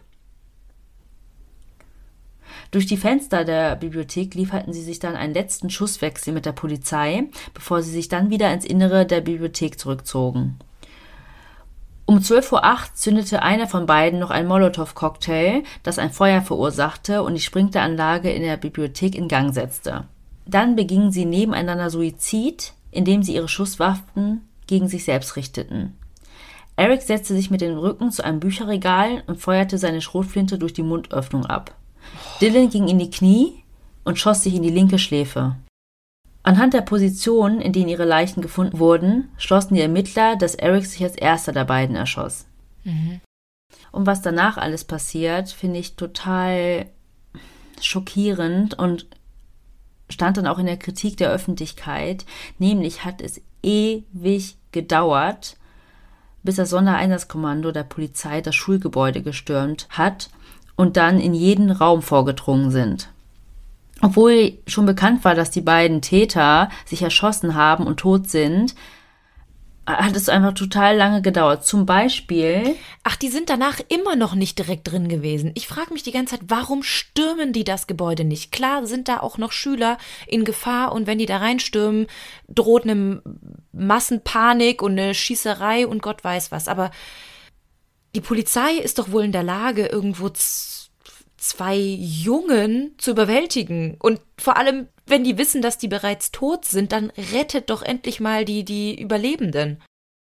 Durch die Fenster der Bibliothek lieferten sie sich dann einen letzten Schusswechsel mit der Polizei, bevor sie sich dann wieder ins Innere der Bibliothek zurückzogen. Um zwölf Uhr acht zündete einer von beiden noch ein Molotow-Cocktail, das ein Feuer verursachte und die Sprinkleranlage in der Bibliothek in Gang setzte. Dann begingen sie nebeneinander Suizid, indem sie ihre Schusswaffen gegen sich selbst richteten. Eric setzte sich mit dem Rücken zu einem Bücherregal und feuerte seine Schrotflinte durch die Mundöffnung ab. Dylan ging in die Knie und schoss sich in die linke Schläfe. Anhand der Positionen, in denen ihre Leichen gefunden wurden, schlossen die Ermittler, dass Eric sich als erster der beiden erschoss. Mhm. Und was danach alles passiert, finde ich total schockierend und stand dann auch in der Kritik der Öffentlichkeit. Nämlich hat es ewig gedauert, bis das Sondereinsatzkommando der Polizei das Schulgebäude gestürmt hat und dann in jeden Raum vorgedrungen sind. Obwohl schon bekannt war, dass die beiden Täter sich erschossen haben und tot sind, hat es einfach total lange gedauert. Zum Beispiel... Ach, die sind danach immer noch nicht direkt drin gewesen. Ich frage mich die ganze Zeit, warum stürmen die das Gebäude nicht? Klar sind da auch noch Schüler in Gefahr und wenn die da reinstürmen, droht eine Massenpanik und eine Schießerei und Gott weiß was. Aber die Polizei ist doch wohl in der Lage, irgendwo z- zwei Jungen zu überwältigen. Und vor allem, wenn die wissen, dass die bereits tot sind, dann rettet doch endlich mal die, die Überlebenden.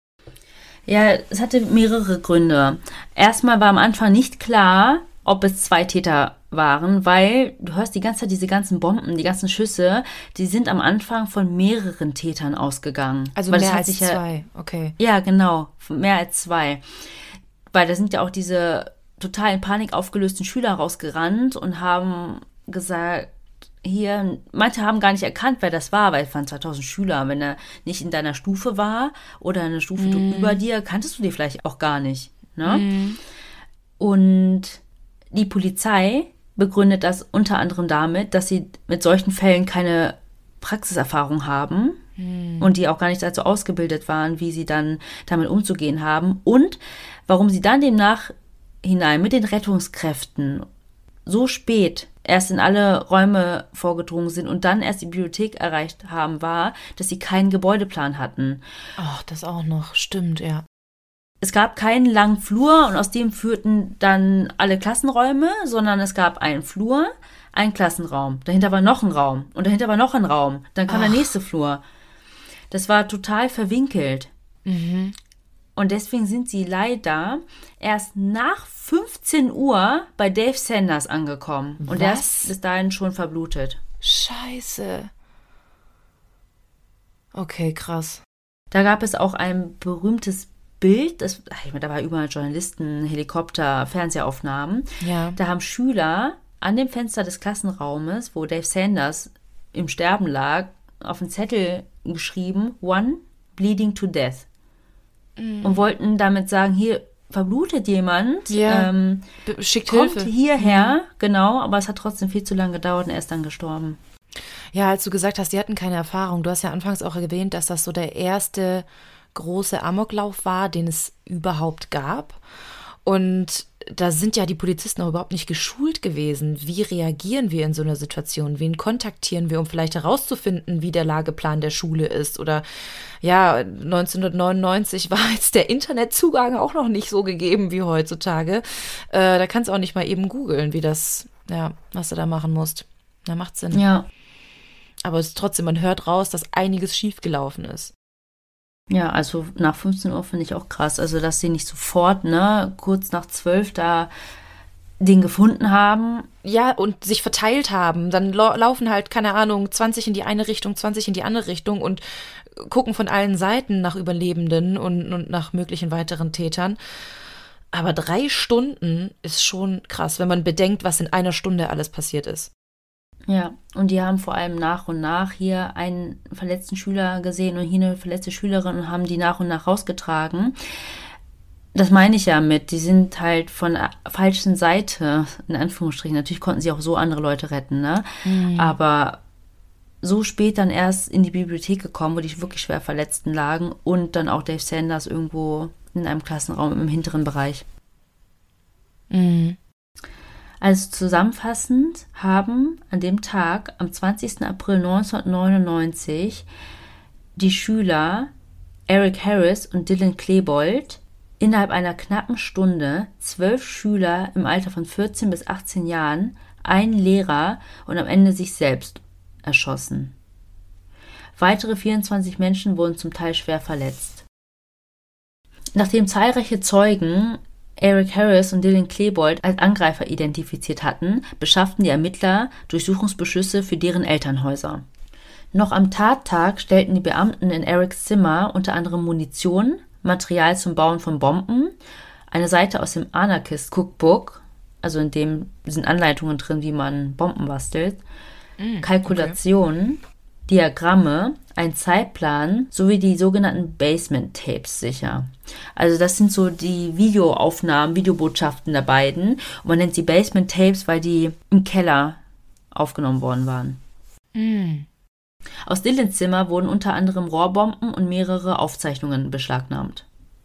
Ja, es hatte mehrere Gründe. Erstmal war am Anfang nicht klar, ob es zwei Täter waren, weil du hörst die ganze Zeit diese ganzen Bomben, die ganzen Schüsse, die sind am Anfang von mehreren Tätern ausgegangen. Also weil mehr das hat als sich zwei, okay. Ja, genau, mehr als zwei. Weil da sind ja auch diese total in Panik aufgelösten Schüler rausgerannt und haben gesagt, hier, manche haben gar nicht erkannt, wer das war, weil es waren zweitausend Schüler. Wenn er nicht in deiner Stufe war oder eine Stufe mm. über dir, kanntest du die vielleicht auch gar nicht. Ne? Mm. Und die Polizei begründet das unter anderem damit, dass sie mit solchen Fällen keine Praxiserfahrung haben mm. und die auch gar nicht dazu ausgebildet waren, wie sie dann damit umzugehen haben. Und warum sie dann demnach hinein mit den Rettungskräften so spät erst in alle Räume vorgedrungen sind und dann erst die Bibliothek erreicht haben, war, dass sie keinen Gebäudeplan hatten. Ach, das auch noch. Stimmt, ja. Es gab keinen langen Flur und aus dem führten dann alle Klassenräume, sondern es gab einen Flur, einen Klassenraum. Dahinter war noch ein Raum und dahinter war noch ein Raum. Dann kam Ach. der nächste Flur. Das war total verwinkelt. Mhm. Und deswegen sind sie leider erst nach fünfzehn Uhr bei Dave Sanders angekommen. Und Was? Der ist bis dahin schon verblutet. Scheiße. Okay, krass. Da gab es auch ein berühmtes Bild, das, ich meine, da war überall Journalisten, Helikopter, Fernsehaufnahmen. Ja. Da haben Schüler an dem Fenster des Klassenraumes, wo Dave Sanders im Sterben lag, auf einen Zettel geschrieben, One bleeding to death. Und wollten damit sagen, hier verblutet jemand, ja, ähm, schickt kommt Hilfe. hierher, mhm. genau, aber es hat trotzdem viel zu lange gedauert und er ist dann gestorben. Ja, als du gesagt hast, die hatten keine Erfahrung, du hast ja anfangs auch erwähnt, dass das so der erste große Amoklauf war, den es überhaupt gab. Und da sind ja die Polizisten auch überhaupt nicht geschult gewesen. Wie reagieren wir in so einer Situation? Wen kontaktieren wir, um vielleicht herauszufinden, wie der Lageplan der Schule ist? Oder ja, neunzehnhundertneunundneunzig war jetzt der Internetzugang auch noch nicht so gegeben wie heutzutage. Äh, da kannst du auch nicht mal eben googeln, wie das, ja, was du da machen musst. Da macht Sinn. Ja. Aber es ist trotzdem, man hört raus, dass einiges schiefgelaufen ist. Ja, also nach fünfzehn Uhr finde ich auch krass. Also, dass sie nicht sofort, ne, kurz nach zwölf da den gefunden haben. Ja, und sich verteilt haben. Dann lau- laufen halt, keine Ahnung, zwanzig in die eine Richtung, zwanzig in die andere Richtung und gucken von allen Seiten nach Überlebenden und, und nach möglichen weiteren Tätern. Aber drei Stunden ist schon krass, wenn man bedenkt, was in einer Stunde alles passiert ist. Ja, und die haben vor allem nach und nach hier einen verletzten Schüler gesehen und hier eine verletzte Schülerin und haben die nach und nach rausgetragen. Das meine ich ja mit, die sind halt von der falschen Seite, in Anführungsstrichen. Natürlich konnten sie auch so andere Leute retten, ne? Mhm. Aber so spät dann erst in die Bibliothek gekommen, wo die wirklich schwer Verletzten lagen und dann auch Dave Sanders irgendwo in einem Klassenraum im hinteren Bereich. Mhm. Also zusammenfassend haben an dem Tag, am zwanzigsten April neunzehnhundertneunundneunzig, die Schüler Eric Harris und Dylan Klebold innerhalb einer knappen Stunde zwölf Schüler im Alter von vierzehn bis achtzehn Jahren, einen Lehrer und am Ende sich selbst erschossen. Weitere vierundzwanzig Menschen wurden zum Teil schwer verletzt. Nachdem zahlreiche Zeugen Eric Harris und Dylan Klebold als Angreifer identifiziert hatten, beschafften die Ermittler Durchsuchungsbeschlüsse für deren Elternhäuser. Noch am Tattag stellten die Beamten in Erics Zimmer unter anderem Munition, Material zum Bauen von Bomben, eine Seite aus dem Anarchist Cookbook, also in dem sind Anleitungen drin, wie man Bomben bastelt, mm, Kalkulationen, okay. Diagramme, ein Zeitplan sowie die sogenannten Basement-Tapes sicher. Also das sind so die Videoaufnahmen, Videobotschaften der beiden. Und man nennt sie Basement-Tapes, weil die im Keller aufgenommen worden waren. Mm. Aus Dylans Zimmer wurden unter anderem Rohrbomben und mehrere Aufzeichnungen beschlagnahmt.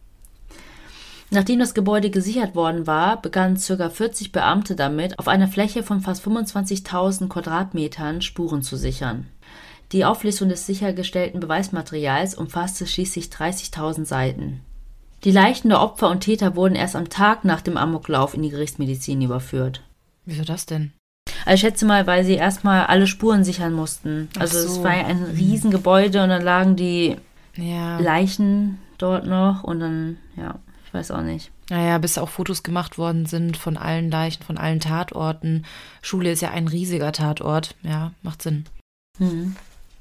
Nachdem das Gebäude gesichert worden war, begannen ca. vierzig Beamte damit, auf einer Fläche von fast fünfundzwanzigtausend Quadratmetern Spuren zu sichern. Die Auflistung des sichergestellten Beweismaterials umfasste schließlich dreißigtausend Seiten. Die Leichen der Opfer und Täter wurden erst am Tag nach dem Amoklauf in die Gerichtsmedizin überführt. Wieso das denn? Also ich schätze mal, weil sie erstmal alle Spuren sichern mussten. Also so. Es war ja ein Riesengebäude und dann lagen die ja. Leichen dort noch und dann, ja, ich weiß auch nicht. Naja, bis auch Fotos gemacht worden sind von allen Leichen, von allen Tatorten. Schule ist ja ein riesiger Tatort. Ja, macht Sinn. Mhm.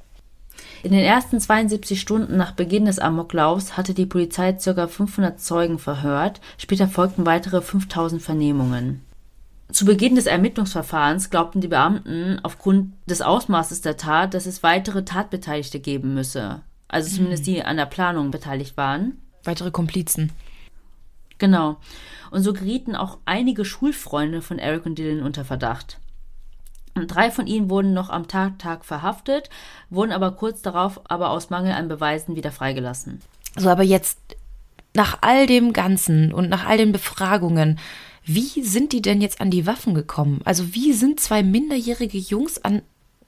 In den ersten zweiundsiebzig Stunden nach Beginn des Amoklaufs hatte die Polizei ca. fünfhundert Zeugen verhört. Später folgten weitere fünftausend Vernehmungen. Zu Beginn des Ermittlungsverfahrens glaubten die Beamten aufgrund des Ausmaßes der Tat, dass es weitere Tatbeteiligte geben müsse. Also mhm. zumindest die an der Planung beteiligt waren. Weitere Komplizen. Genau. Und so gerieten auch einige Schulfreunde von Eric und Dylan unter Verdacht. Und drei von ihnen wurden noch am Tattag verhaftet, wurden aber kurz darauf aber aus Mangel an Beweisen wieder freigelassen. So, aber jetzt nach all dem Ganzen und nach all den Befragungen, wie sind die denn jetzt an die Waffen gekommen? Also wie sind zwei minderjährige Jungs an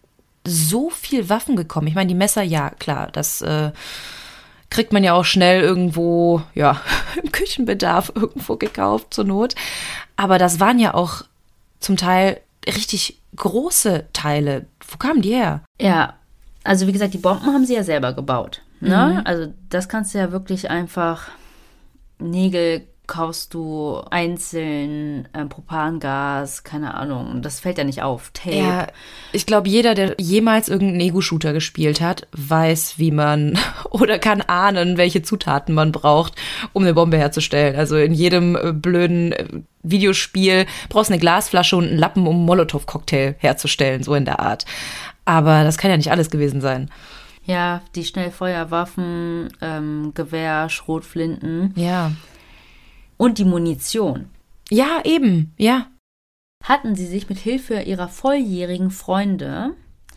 so viel Waffen gekommen? Ich meine, die Messer, ja, klar, das äh, kriegt man ja auch schnell irgendwo, ja, im Küchenbedarf irgendwo gekauft, zur Not. Aber das waren ja auch zum Teil richtig große Teile. Wo kamen die her? Ja, also wie gesagt, die Bomben haben sie ja selber gebaut. Ne? Mhm. Also das kannst du ja wirklich einfach, Nägel kaufst du einzeln, äh, Propangas, keine Ahnung, das fällt ja nicht auf, Tape. Ja, ich glaube, jeder, der jemals irgendeinen Ego-Shooter gespielt hat, weiß, wie man oder kann ahnen, welche Zutaten man braucht, um eine Bombe herzustellen. Also in jedem äh, blöden äh, Videospiel brauchst du eine Glasflasche und einen Lappen, um einen Molotow-Cocktail herzustellen, so in der Art. Aber das kann ja nicht alles gewesen sein. Ja, die Schnellfeuerwaffen, ähm, Gewehr, Schrotflinten. Ja. Und die Munition. Ja, eben, ja. Hatten sie sich mit Hilfe ihrer volljährigen Freunde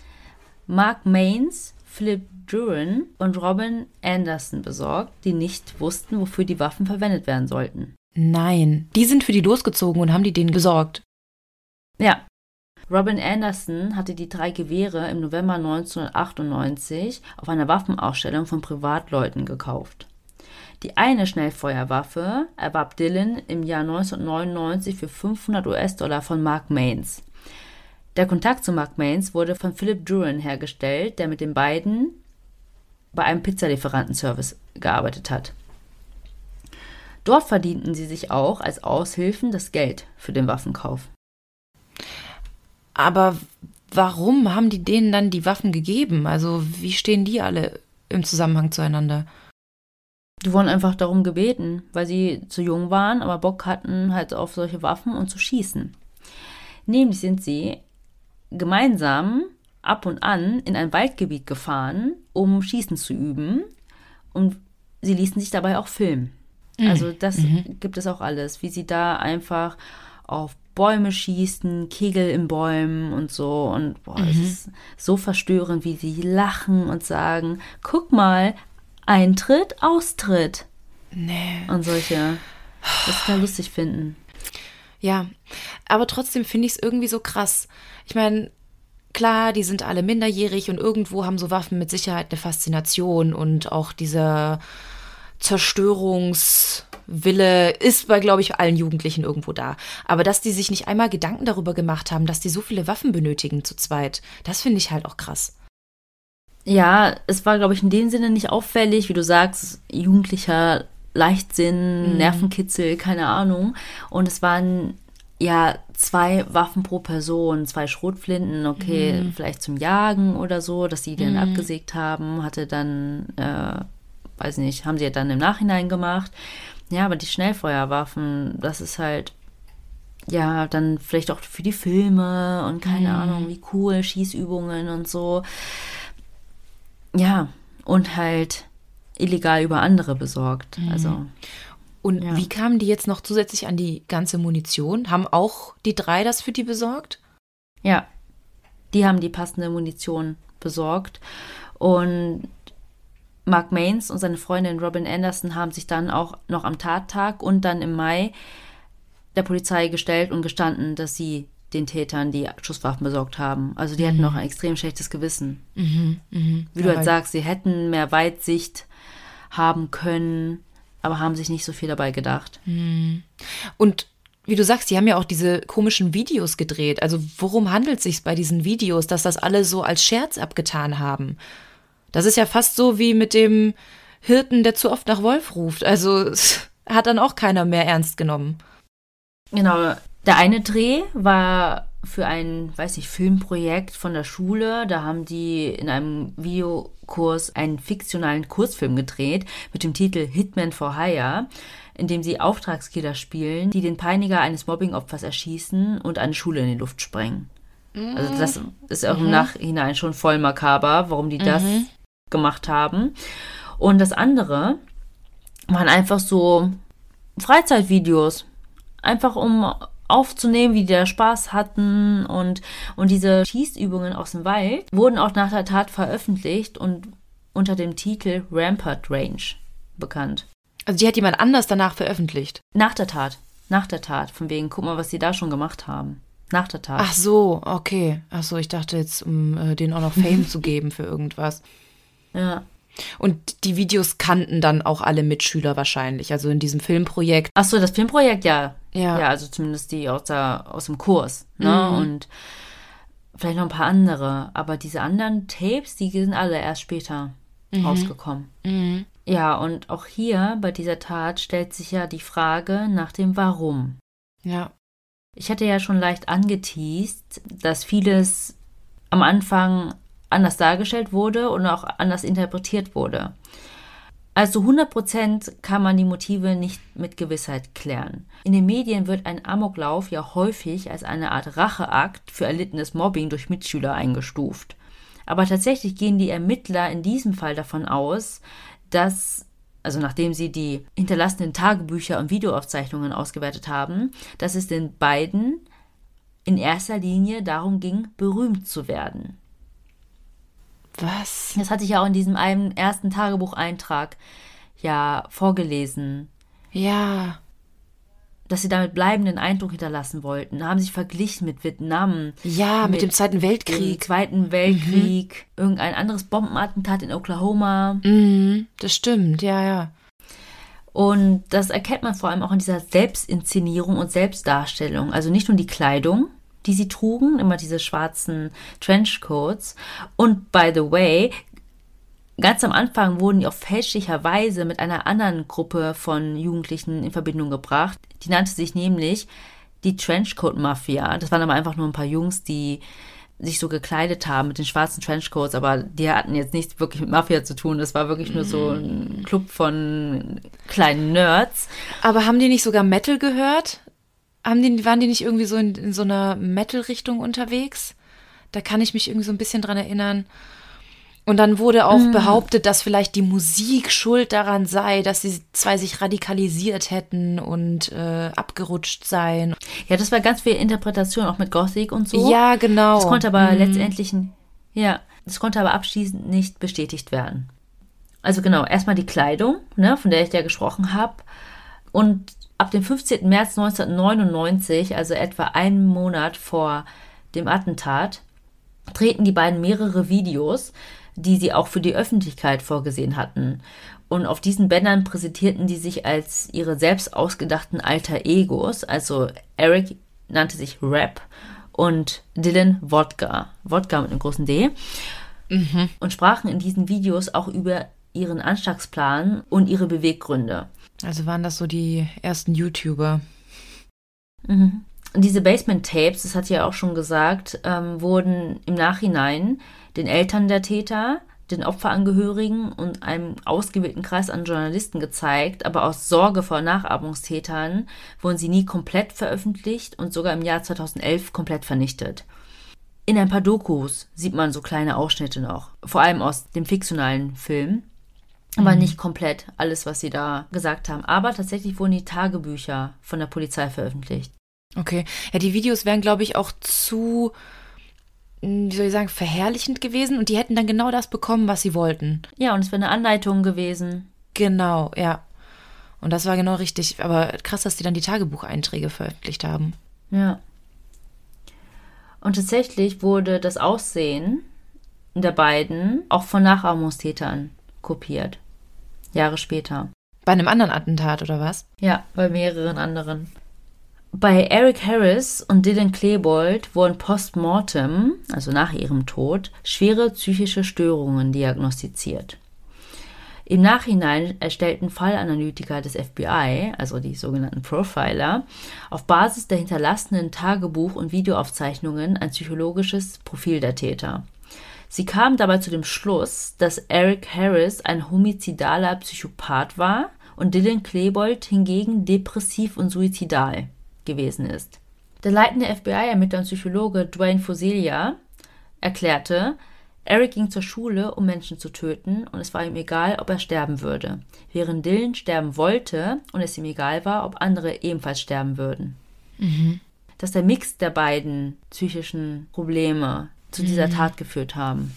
Mark Mains, Philip Duran und Robin Anderson besorgt, die nicht wussten, wofür die Waffen verwendet werden sollten. Nein, die sind für die losgezogen und haben die denen besorgt. Ja. Robin Anderson hatte die drei Gewehre im November neunzehnhundertachtundneunzig auf einer Waffenausstellung von Privatleuten gekauft. Die eine Schnellfeuerwaffe erwarb Dylan im Jahr neunzehnhundertneunundneunzig für fünfhundert US-Dollar von Mark Mains. Der Kontakt zu Mark Mains wurde von Philip Duran hergestellt, der mit den beiden bei einem Pizzalieferantenservice gearbeitet hat. Dort verdienten sie sich auch als Aushilfen das Geld für den Waffenkauf. Aber warum haben die denen dann die Waffen gegeben? Also wie stehen die alle im Zusammenhang zueinander? Die wurden einfach darum gebeten, weil sie zu jung waren, aber Bock hatten halt auf solche Waffen und zu schießen. Nämlich sind sie gemeinsam ab und an in ein Waldgebiet gefahren, um Schießen zu üben, und sie ließen sich dabei auch filmen. Mhm. Also das mhm. gibt es auch alles, wie sie da einfach auf Bäume schießen, Kegel in Bäumen und so, und boah, mhm. es ist so verstörend, wie sie lachen und sagen, guck mal, Eintritt, Austritt. Nee. Und solche, das da lustig finden. Ja, aber trotzdem finde ich es irgendwie so krass. Ich meine, klar, die sind alle minderjährig und irgendwo haben so Waffen mit Sicherheit eine Faszination, und auch dieser Zerstörungswille ist bei, glaube ich, allen Jugendlichen irgendwo da. Aber dass die sich nicht einmal Gedanken darüber gemacht haben, dass die so viele Waffen benötigen zu zweit, das finde ich halt auch krass. Ja, es war, glaube ich, in dem Sinne nicht auffällig, wie du sagst, Jugendlicher Leichtsinn, mhm. Nervenkitzel, keine Ahnung. Und es waren ja zwei Waffen pro Person, zwei Schrotflinten, okay, mhm. vielleicht zum Jagen oder so, dass sie die dann mhm. abgesägt haben, hatte dann, äh, weiß nicht, haben sie ja dann im Nachhinein gemacht. Ja, aber die Schnellfeuerwaffen, das ist halt, ja, dann vielleicht auch für die Filme und keine mhm. Ahnung, wie cool, Schießübungen und so. Ja, und halt illegal über andere besorgt, mhm. also... Und ja. wie kamen die jetzt noch zusätzlich an die ganze Munition? Haben auch die drei das für die besorgt? Ja, die haben die passende Munition besorgt. Und Mark Mains und seine Freundin Robin Anderson haben sich dann auch noch am Tattag und dann im Mai der Polizei gestellt und gestanden, dass sie den Tätern die Schusswaffen besorgt haben. Also die mhm. hatten noch ein extrem schlechtes Gewissen. Mhm, mh. Wie ja, du halt sagst, sie hätten mehr Weitsicht haben können, aber haben sich nicht so viel dabei gedacht. Und wie du sagst, die haben ja auch diese komischen Videos gedreht. Also worum handelt es sich bei diesen Videos, dass das alle so als Scherz abgetan haben? Das ist ja fast so wie mit dem Hirten, der zu oft nach Wolf ruft. Also hat dann auch keiner mehr ernst genommen. Genau, der eine Dreh war für ein, weiß ich, Filmprojekt von der Schule. Da haben die in einem Videokurs einen fiktionalen Kurzfilm gedreht mit dem Titel Hitman for Hire, in dem sie Auftragskiller spielen, die den Peiniger eines Mobbingopfers erschießen und eine Schule in die Luft sprengen. Mhm. Also das ist auch mhm. im Nachhinein schon voll makaber, warum die das mhm. gemacht haben. Und das andere waren einfach so Freizeitvideos. Einfach um aufzunehmen, wie die da Spaß hatten, und, und diese Schießübungen aus dem Wald wurden auch nach der Tat veröffentlicht und unter dem Titel Rampart Range bekannt. Also die hat jemand anders danach veröffentlicht? Nach der Tat, nach der Tat, von wegen, guck mal, was die da schon gemacht haben. Nach der Tat. Ach so, okay. Ach so, ich dachte jetzt, um äh, denen auch noch Fame zu geben für irgendwas. Ja. Und die Videos kannten dann auch alle Mitschüler wahrscheinlich, also in diesem Filmprojekt. Ach so, das Filmprojekt, ja. Ja, ja also zumindest die aus, der, aus dem Kurs. Ne? Mhm. Und vielleicht noch ein paar andere. Aber diese anderen Tapes, die sind alle erst später mhm. rausgekommen. Mhm. Ja, und auch hier bei dieser Tat stellt sich ja die Frage nach dem Warum. Ja. Ich hatte ja schon leicht angeteast, dass vieles am Anfang anders dargestellt wurde und auch anders interpretiert wurde. Also hundert Prozent kann man die Motive nicht mit Gewissheit klären. In den Medien wird ein Amoklauf ja häufig als eine Art Racheakt für erlittenes Mobbing durch Mitschüler eingestuft. Aber tatsächlich gehen die Ermittler in diesem Fall davon aus, dass, also nachdem sie die hinterlassenen Tagebücher und Videoaufzeichnungen ausgewertet haben, dass es den beiden in erster Linie darum ging, berühmt zu werden. Was? Das hatte ich ja auch in diesem einen ersten Tagebucheintrag ja vorgelesen. Ja. Dass sie damit bleibenden Eindruck hinterlassen wollten. Haben sich verglichen mit Vietnam. Ja, mit, mit dem Zweiten Weltkrieg. Dem Zweiten Weltkrieg. Mhm. Irgendein anderes Bombenattentat in Oklahoma. Mhm, das stimmt, ja, ja. Und das erkennt man vor allem auch in dieser Selbstinszenierung und Selbstdarstellung. Also nicht nur die Kleidung, die sie trugen, immer diese schwarzen Trenchcoats. Und by the way, ganz am Anfang wurden die auch fälschlicherweise mit einer anderen Gruppe von Jugendlichen in Verbindung gebracht. Die nannte sich nämlich die Trenchcoat-Mafia. Das waren aber einfach nur ein paar Jungs, die sich so gekleidet haben mit den schwarzen Trenchcoats, aber die hatten jetzt nichts wirklich mit Mafia zu tun. Das war wirklich nur so ein Club von kleinen Nerds. Aber haben die nicht sogar Metal gehört? Haben die, waren die nicht irgendwie so in, in so einer Metal-Richtung unterwegs? Da kann ich mich irgendwie so ein bisschen dran erinnern. Und dann wurde auch mm. behauptet, dass vielleicht die Musik schuld daran sei, dass sie zwei sich radikalisiert hätten und äh, abgerutscht seien. Ja, das war ganz viel Interpretation, auch mit Gothic und so. Ja, genau. Das konnte aber mm. letztendlich, ja, das konnte aber abschließend nicht bestätigt werden. Also genau, erstmal die Kleidung, ne, von der ich ja gesprochen habe. Und ab dem fünfzehnten März neunzehnhundertneunundneunzig, also etwa einen Monat vor dem Attentat, drehten die beiden mehrere Videos, die sie auch für die Öffentlichkeit vorgesehen hatten. Und auf diesen Bändern präsentierten die sich als ihre selbst ausgedachten Alter Egos. Also Eric nannte sich Rap und Dylan Wodka. Wodka mit einem großen D. Mhm. Und sprachen in diesen Videos auch über ihren Anschlagsplan und ihre Beweggründe. Also waren das so die ersten YouTuber? Mhm. Diese Basement-Tapes, das hat ja auch schon gesagt, ähm, wurden im Nachhinein den Eltern der Täter, den Opferangehörigen und einem ausgewählten Kreis an Journalisten gezeigt, aber aus Sorge vor Nachahmungstätern wurden sie nie komplett veröffentlicht und sogar im Jahr zweitausendelf komplett vernichtet. In ein paar Dokus sieht man so kleine Ausschnitte noch, vor allem aus dem fiktionalen Film, aber mhm. nicht komplett alles, was sie da gesagt haben. Aber tatsächlich wurden die Tagebücher von der Polizei veröffentlicht. Okay, ja, die Videos wären, glaube ich, auch zu, wie soll ich sagen, verherrlichend gewesen und die hätten dann genau das bekommen, was sie wollten. Ja, und es wäre eine Anleitung gewesen. Genau, ja. Und das war genau richtig. Aber krass, dass die dann die Tagebucheinträge veröffentlicht haben. Ja. Und tatsächlich wurde das Aussehen der beiden auch von Nachahmungstätern kopiert. Jahre später. Bei einem anderen Attentat, oder was? Ja, bei mehreren anderen. Bei Eric Harris und Dylan Klebold wurden postmortem, also nach ihrem Tod, schwere psychische Störungen diagnostiziert. Im Nachhinein erstellten Fallanalytiker des F B I, also die sogenannten Profiler, auf Basis der hinterlassenen Tagebuch- und Videoaufzeichnungen ein psychologisches Profil der Täter. Sie kamen dabei zu dem Schluss, dass Eric Harris ein homizidaler Psychopath war und Dylan Klebold hingegen depressiv und suizidal gewesen ist. Der leitende F B I-Ermittler und Psychologe Dwayne Foselia erklärte, Eric ging zur Schule, um Menschen zu töten, und es war ihm egal, ob er sterben würde, während Dylan sterben wollte und es ihm egal war, ob andere ebenfalls sterben würden. Mhm. Dass der Mix der beiden psychischen Probleme zu dieser mhm. Tat geführt haben.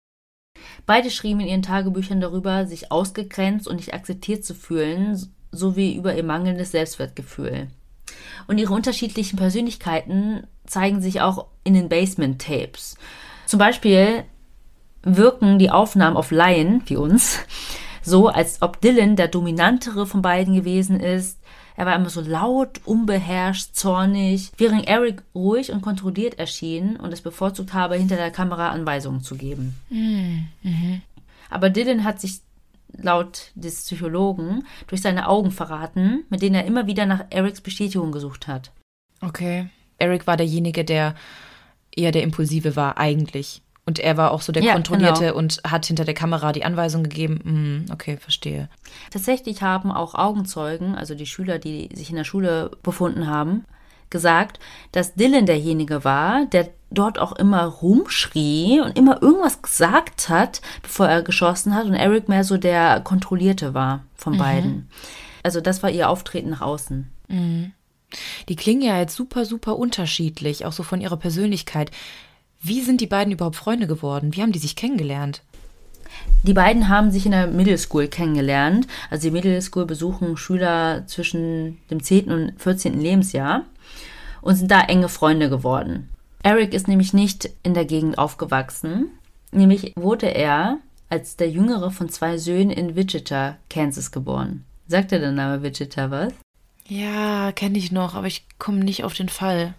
Beide schrieben in ihren Tagebüchern darüber, sich ausgegrenzt und nicht akzeptiert zu fühlen, sowie über ihr mangelndes Selbstwertgefühl. Und ihre unterschiedlichen Persönlichkeiten zeigen sich auch in den Basement-Tapes. Zum Beispiel wirken die Aufnahmen auf Laien, wie uns, so, als ob Dylan der dominantere von beiden gewesen ist. Er war immer so laut, unbeherrscht, zornig, während Eric ruhig und kontrolliert erschien und es bevorzugt habe, hinter der Kamera Anweisungen zu geben. Mhm. Aber Dylan hat sich laut des Psychologen durch seine Augen verraten, mit denen er immer wieder nach Erics Bestätigung gesucht hat. Okay. Eric war derjenige, der eher der Impulsive war eigentlich. Und er war auch so der ja, Kontrollierte genau. und hat hinter der Kamera die Anweisung gegeben. Hm, okay, verstehe. Tatsächlich haben auch Augenzeugen, also die Schüler, die sich in der Schule befunden haben, gesagt, dass Dylan derjenige war, der dort auch immer rumschrie und immer irgendwas gesagt hat, bevor er geschossen hat, und Eric mehr so der Kontrollierte war von mhm. beiden. Also das war ihr Auftreten nach außen. Mhm. Die klingen ja jetzt super, super unterschiedlich, auch so von ihrer Persönlichkeit. Wie sind die beiden überhaupt Freunde geworden? Wie haben die sich kennengelernt? Die beiden haben sich in der Middle School kennengelernt. Also die Middle School besuchen Schüler zwischen dem zehnten und vierzehnten Lebensjahr und sind da enge Freunde geworden. Eric ist nämlich nicht in der Gegend aufgewachsen. Nämlich wurde er als der jüngere von zwei Söhnen in Wichita, Kansas, geboren. Sagt dir der Name Wichita was? Ja, kenne ich noch, aber ich komme nicht auf den Fall.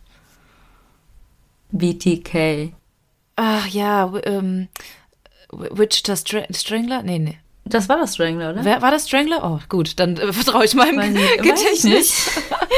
W T K. Ach ja, ähm, Wichita Str- Strangler? Nee, nee. Das war das Strangler, oder? Wer, war das Strangler? Oh, gut, dann äh, vertraue ich meinem Weiß ich, Gedächtnis.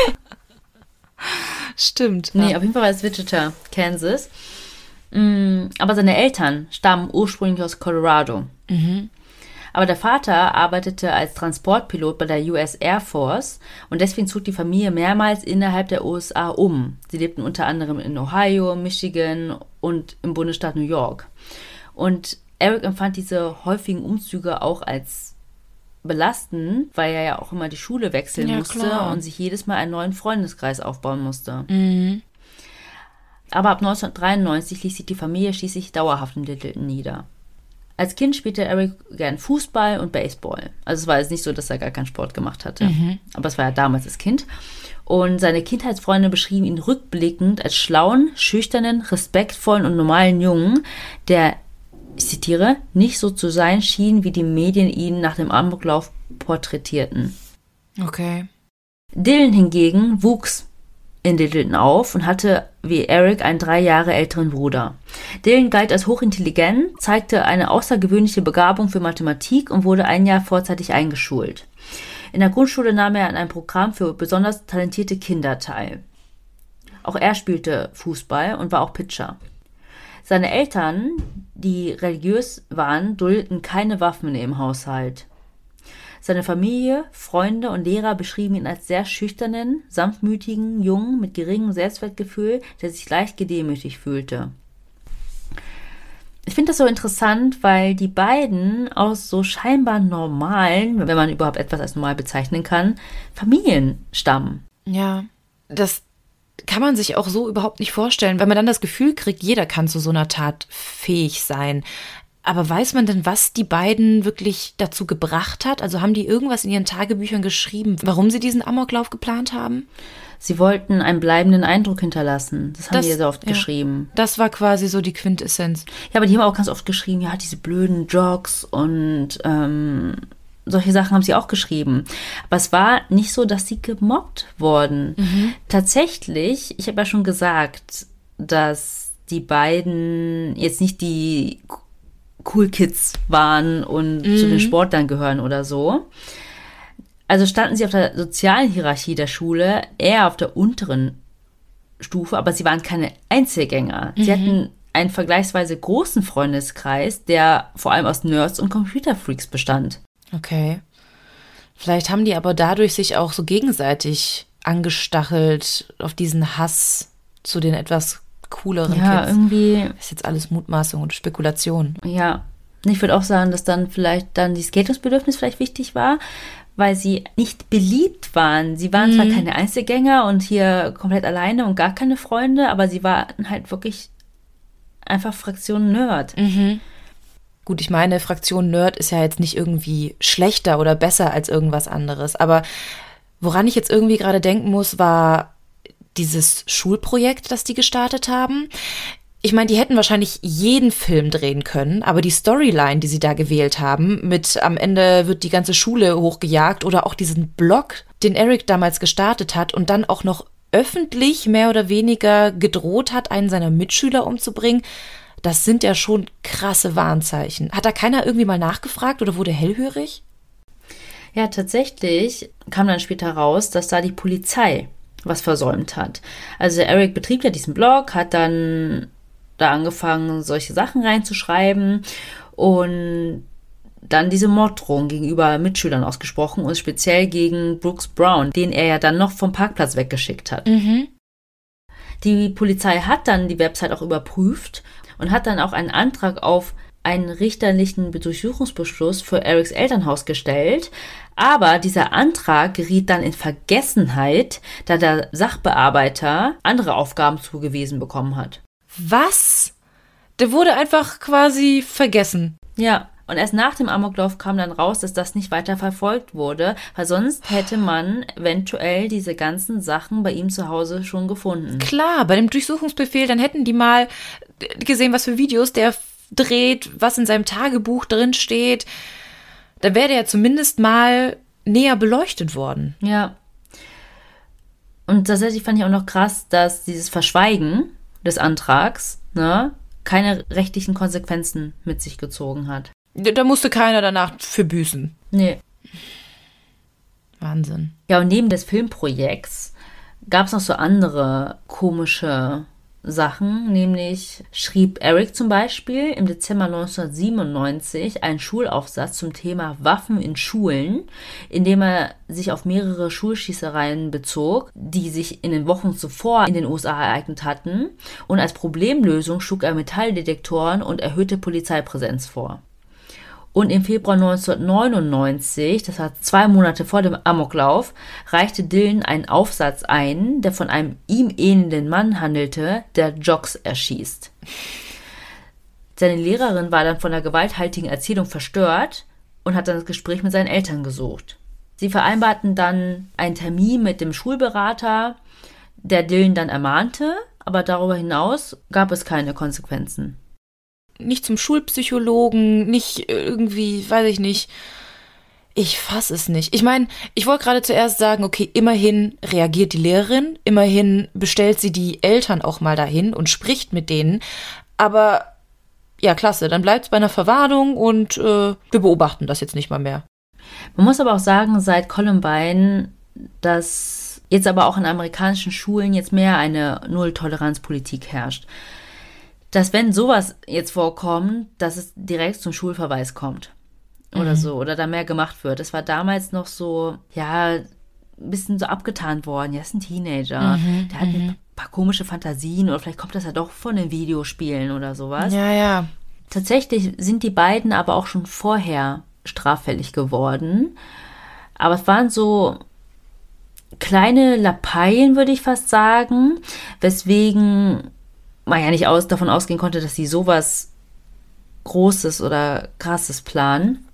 Stimmt. Nee, ja. auf jeden Fall war es Wichita, Kansas. Mm, aber seine Eltern stammen ursprünglich aus Colorado. Mhm. Aber der Vater arbeitete als Transportpilot bei der U S Air Force und deswegen zog die Familie mehrmals innerhalb der U S A um. Sie lebten unter anderem in Ohio, Michigan und im Bundesstaat New York. Und Eric empfand diese häufigen Umzüge auch als belastend, weil er ja auch immer die Schule wechseln ja, musste klar. und sich jedes Mal einen neuen Freundeskreis aufbauen musste. Mhm. Aber ab neunzehnhundertdreiundneunzig ließ sich die Familie schließlich dauerhaft in Littleton nieder. Als Kind spielte Eric gern Fußball und Baseball. Also es war jetzt nicht so, dass er gar keinen Sport gemacht hatte. Mhm. Aber es war ja damals als Kind. Und seine Kindheitsfreunde beschrieben ihn rückblickend als schlauen, schüchternen, respektvollen und normalen Jungen, der, ich zitiere, nicht so zu sein schien, wie die Medien ihn nach dem Amoklauf porträtierten. Okay. Dylan hingegen wuchs in Littleton auf und hatte wie Eric einen drei Jahre älteren Bruder. Dylan galt als hochintelligent, zeigte eine außergewöhnliche Begabung für Mathematik und wurde ein Jahr vorzeitig eingeschult. In der Grundschule nahm er an einem Programm für besonders talentierte Kinder teil. Auch er spielte Fußball und war auch Pitcher. Seine Eltern, die religiös waren, duldeten keine Waffen in ihrem Haushalt. Seine Familie, Freunde und Lehrer beschrieben ihn als sehr schüchternen, sanftmütigen Jungen mit geringem Selbstwertgefühl, der sich leicht gedemütigt fühlte. Ich finde das so interessant, weil die beiden aus so scheinbar normalen, wenn man überhaupt etwas als normal bezeichnen kann, Familien stammen. Ja, das kann man sich auch so überhaupt nicht vorstellen, weil man dann das Gefühl kriegt, jeder kann zu so einer Tat fähig sein. Aber weiß man denn, was die beiden wirklich dazu gebracht hat? Also haben die irgendwas in ihren Tagebüchern geschrieben, warum sie diesen Amoklauf geplant haben? Sie wollten einen bleibenden Eindruck hinterlassen. Das haben das, die ja so oft ja, geschrieben. Das war quasi so die Quintessenz. Ja, aber die haben auch ganz oft geschrieben, ja, diese blöden Jogs und ähm, solche Sachen haben sie auch geschrieben. Aber es war nicht so, dass sie gemobbt wurden. Mhm. Tatsächlich, ich habe ja schon gesagt, dass die beiden jetzt nicht die Cool Kids waren und mhm. zu den Sportlern gehören oder so. Also standen sie auf der sozialen Hierarchie der Schule eher auf der unteren Stufe, aber sie waren keine Einzelgänger. Mhm. Sie hatten einen vergleichsweise großen Freundeskreis, der vor allem aus Nerds und Computerfreaks bestand. Okay. Vielleicht haben die aber dadurch sich auch so gegenseitig angestachelt auf diesen Hass zu den etwas cooleren ja, Kids. Irgendwie. Das ist jetzt alles Mutmaßung und Spekulation. Ja, ich würde auch sagen, dass dann vielleicht dann das Geltungsbedürfnis vielleicht wichtig war, weil sie nicht beliebt waren. Sie waren mhm. zwar keine Einzelgänger und hier komplett alleine und gar keine Freunde, aber sie waren halt wirklich einfach Fraktion Nerd. Mhm. Gut, ich meine, Fraktion Nerd ist ja jetzt nicht irgendwie schlechter oder besser als irgendwas anderes, aber woran ich jetzt irgendwie gerade denken muss, war dieses Schulprojekt, das die gestartet haben. Ich meine, die hätten wahrscheinlich jeden Film drehen können, aber die Storyline, die sie da gewählt haben, mit am Ende wird die ganze Schule hochgejagt oder auch diesen Blog, den Eric damals gestartet hat und dann auch noch öffentlich mehr oder weniger gedroht hat, einen seiner Mitschüler umzubringen, das sind ja schon krasse Warnzeichen. Hat da keiner irgendwie mal nachgefragt oder wurde hellhörig? Ja, tatsächlich kam dann später raus, dass da die Polizei was versäumt hat. Also Eric betrieb ja diesen Blog, hat dann da angefangen, solche Sachen reinzuschreiben und dann diese Morddrohung gegenüber Mitschülern ausgesprochen und speziell gegen Brooks Brown, den er ja dann noch vom Parkplatz weggeschickt hat. Mhm. Die Polizei hat dann die Website auch überprüft und hat dann auch einen Antrag auf einen richterlichen Durchsuchungsbeschluss für Erics Elternhaus gestellt. Aber dieser Antrag geriet dann in Vergessenheit, da der Sachbearbeiter andere Aufgaben zugewiesen bekommen hat. Was? Der wurde einfach quasi vergessen. Ja, und erst nach dem Amoklauf kam dann raus, dass das nicht weiter verfolgt wurde, weil sonst hätte man eventuell diese ganzen Sachen bei ihm zu Hause schon gefunden. Klar, bei dem Durchsuchungsbefehl, dann hätten die mal gesehen, was für Videos der dreht, was in seinem Tagebuch drin steht. Da wäre der ja zumindest mal näher beleuchtet worden. Ja. Und tatsächlich fand ich auch noch krass, dass dieses Verschweigen des Antrags, ne, keine rechtlichen Konsequenzen mit sich gezogen hat. Da musste keiner danach für büßen. Nee. Wahnsinn. Ja, und neben des Filmprojekts gab es noch so andere komische Sachen, nämlich schrieb Eric zum Beispiel im Dezember neunzehnhundertsiebenundneunzig einen Schulaufsatz zum Thema Waffen in Schulen, in dem er sich auf mehrere Schulschießereien bezog, die sich in den Wochen zuvor in den U S A ereignet hatten, und als Problemlösung schlug er Metalldetektoren und erhöhte Polizeipräsenz vor. Und im Februar neunzehnhundertneunundneunzig, das war zwei Monate vor dem Amoklauf, reichte Dylan einen Aufsatz ein, der von einem ihm ähnelnden Mann handelte, der Jocks erschießt. Seine Lehrerin war dann von der gewalthaltigen Erzählung verstört und hat dann das Gespräch mit seinen Eltern gesucht. Sie vereinbarten dann einen Termin mit dem Schulberater, der Dylan dann ermahnte, aber darüber hinaus gab es keine Konsequenzen. Nicht zum Schulpsychologen, nicht irgendwie, weiß ich nicht. Ich fasse es nicht. Ich meine, ich wollte gerade zuerst sagen, okay, immerhin reagiert die Lehrerin, immerhin bestellt sie die Eltern auch mal dahin und spricht mit denen. Aber ja, klasse, dann bleibt es bei einer Verwarnung und äh, wir beobachten das jetzt nicht mal mehr. Man muss aber auch sagen, seit Columbine, dass jetzt aber auch in amerikanischen Schulen jetzt mehr eine Null-Toleranz-Politik herrscht. Dass wenn sowas jetzt vorkommt, dass es direkt zum Schulverweis kommt. Oder mhm. so, oder da mehr gemacht wird. Das war damals noch so, ja, ein bisschen so abgetan worden. Ja, ist ein Teenager, mhm. der hat mhm. ein paar komische Fantasien oder vielleicht kommt das ja doch von den Videospielen oder sowas. Ja, ja. Tatsächlich sind die beiden aber auch schon vorher straffällig geworden. Aber es waren so kleine Lappaien, würde ich fast sagen, weswegen man ja nicht aus, davon ausgehen konnte, dass sie sowas Großes oder Krasses planen.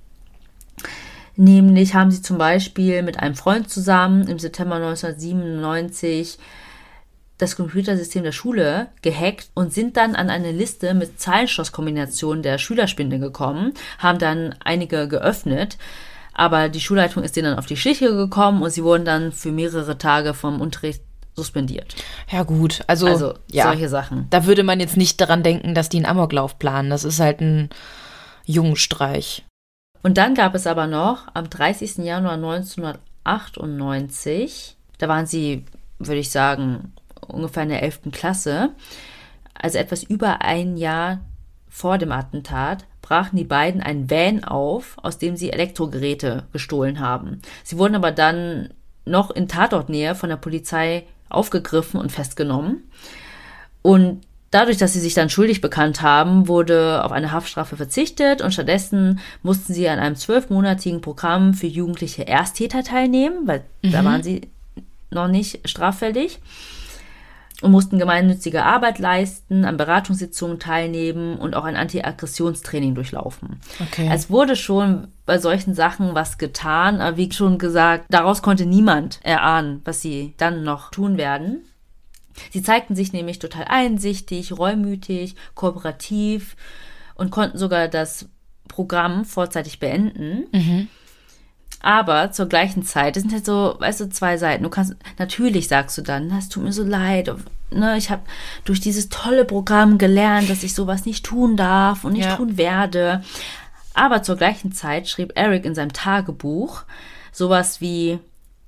Nämlich haben sie zum Beispiel mit einem Freund zusammen im September neunzehnhundertsiebenundneunzig das Computersystem der Schule gehackt und sind dann an eine Liste mit Zahlenschlosskombinationen der Schülerspinde gekommen, haben dann einige geöffnet, aber die Schulleitung ist denen dann auf die Schliche gekommen und sie wurden dann für mehrere Tage vom Unterricht suspendiert. Ja gut, also, also ja, solche Sachen. Da würde man jetzt nicht daran denken, dass die einen Amoklauf planen. Das ist halt ein Jungenstreich. Und dann gab es aber noch am dreißigsten Januar neunzehnhundertachtundneunzig, da waren sie, würde ich sagen, ungefähr in der elften Klasse, also etwas über ein Jahr vor dem Attentat, brachen die beiden ein Van auf, aus dem sie Elektrogeräte gestohlen haben. Sie wurden aber dann noch in Tatortnähe von der Polizei aufgegriffen und festgenommen. Und dadurch, dass sie sich dann schuldig bekannt haben, wurde auf eine Haftstrafe verzichtet und stattdessen mussten sie an einem zwölfmonatigen Programm für jugendliche Ersttäter teilnehmen, weil mhm. da waren sie noch nicht straffällig und mussten gemeinnützige Arbeit leisten, an Beratungssitzungen teilnehmen und auch ein Anti-Aggressionstraining durchlaufen. Okay. Es wurde schon bei solchen Sachen was getan, aber wie schon gesagt, daraus konnte niemand erahnen, was sie dann noch tun werden. Sie zeigten sich nämlich total einsichtig, reumütig, kooperativ und konnten sogar das Programm vorzeitig beenden. Mhm. Aber zur gleichen Zeit, das sind halt so, weißt du, zwei Seiten. Du kannst, natürlich sagst du dann, es tut mir so leid, ne, ich habe durch dieses tolle Programm gelernt, dass ich sowas nicht tun darf und nicht ja. tun werde. Aber zur gleichen Zeit schrieb Eric in seinem Tagebuch sowas wie,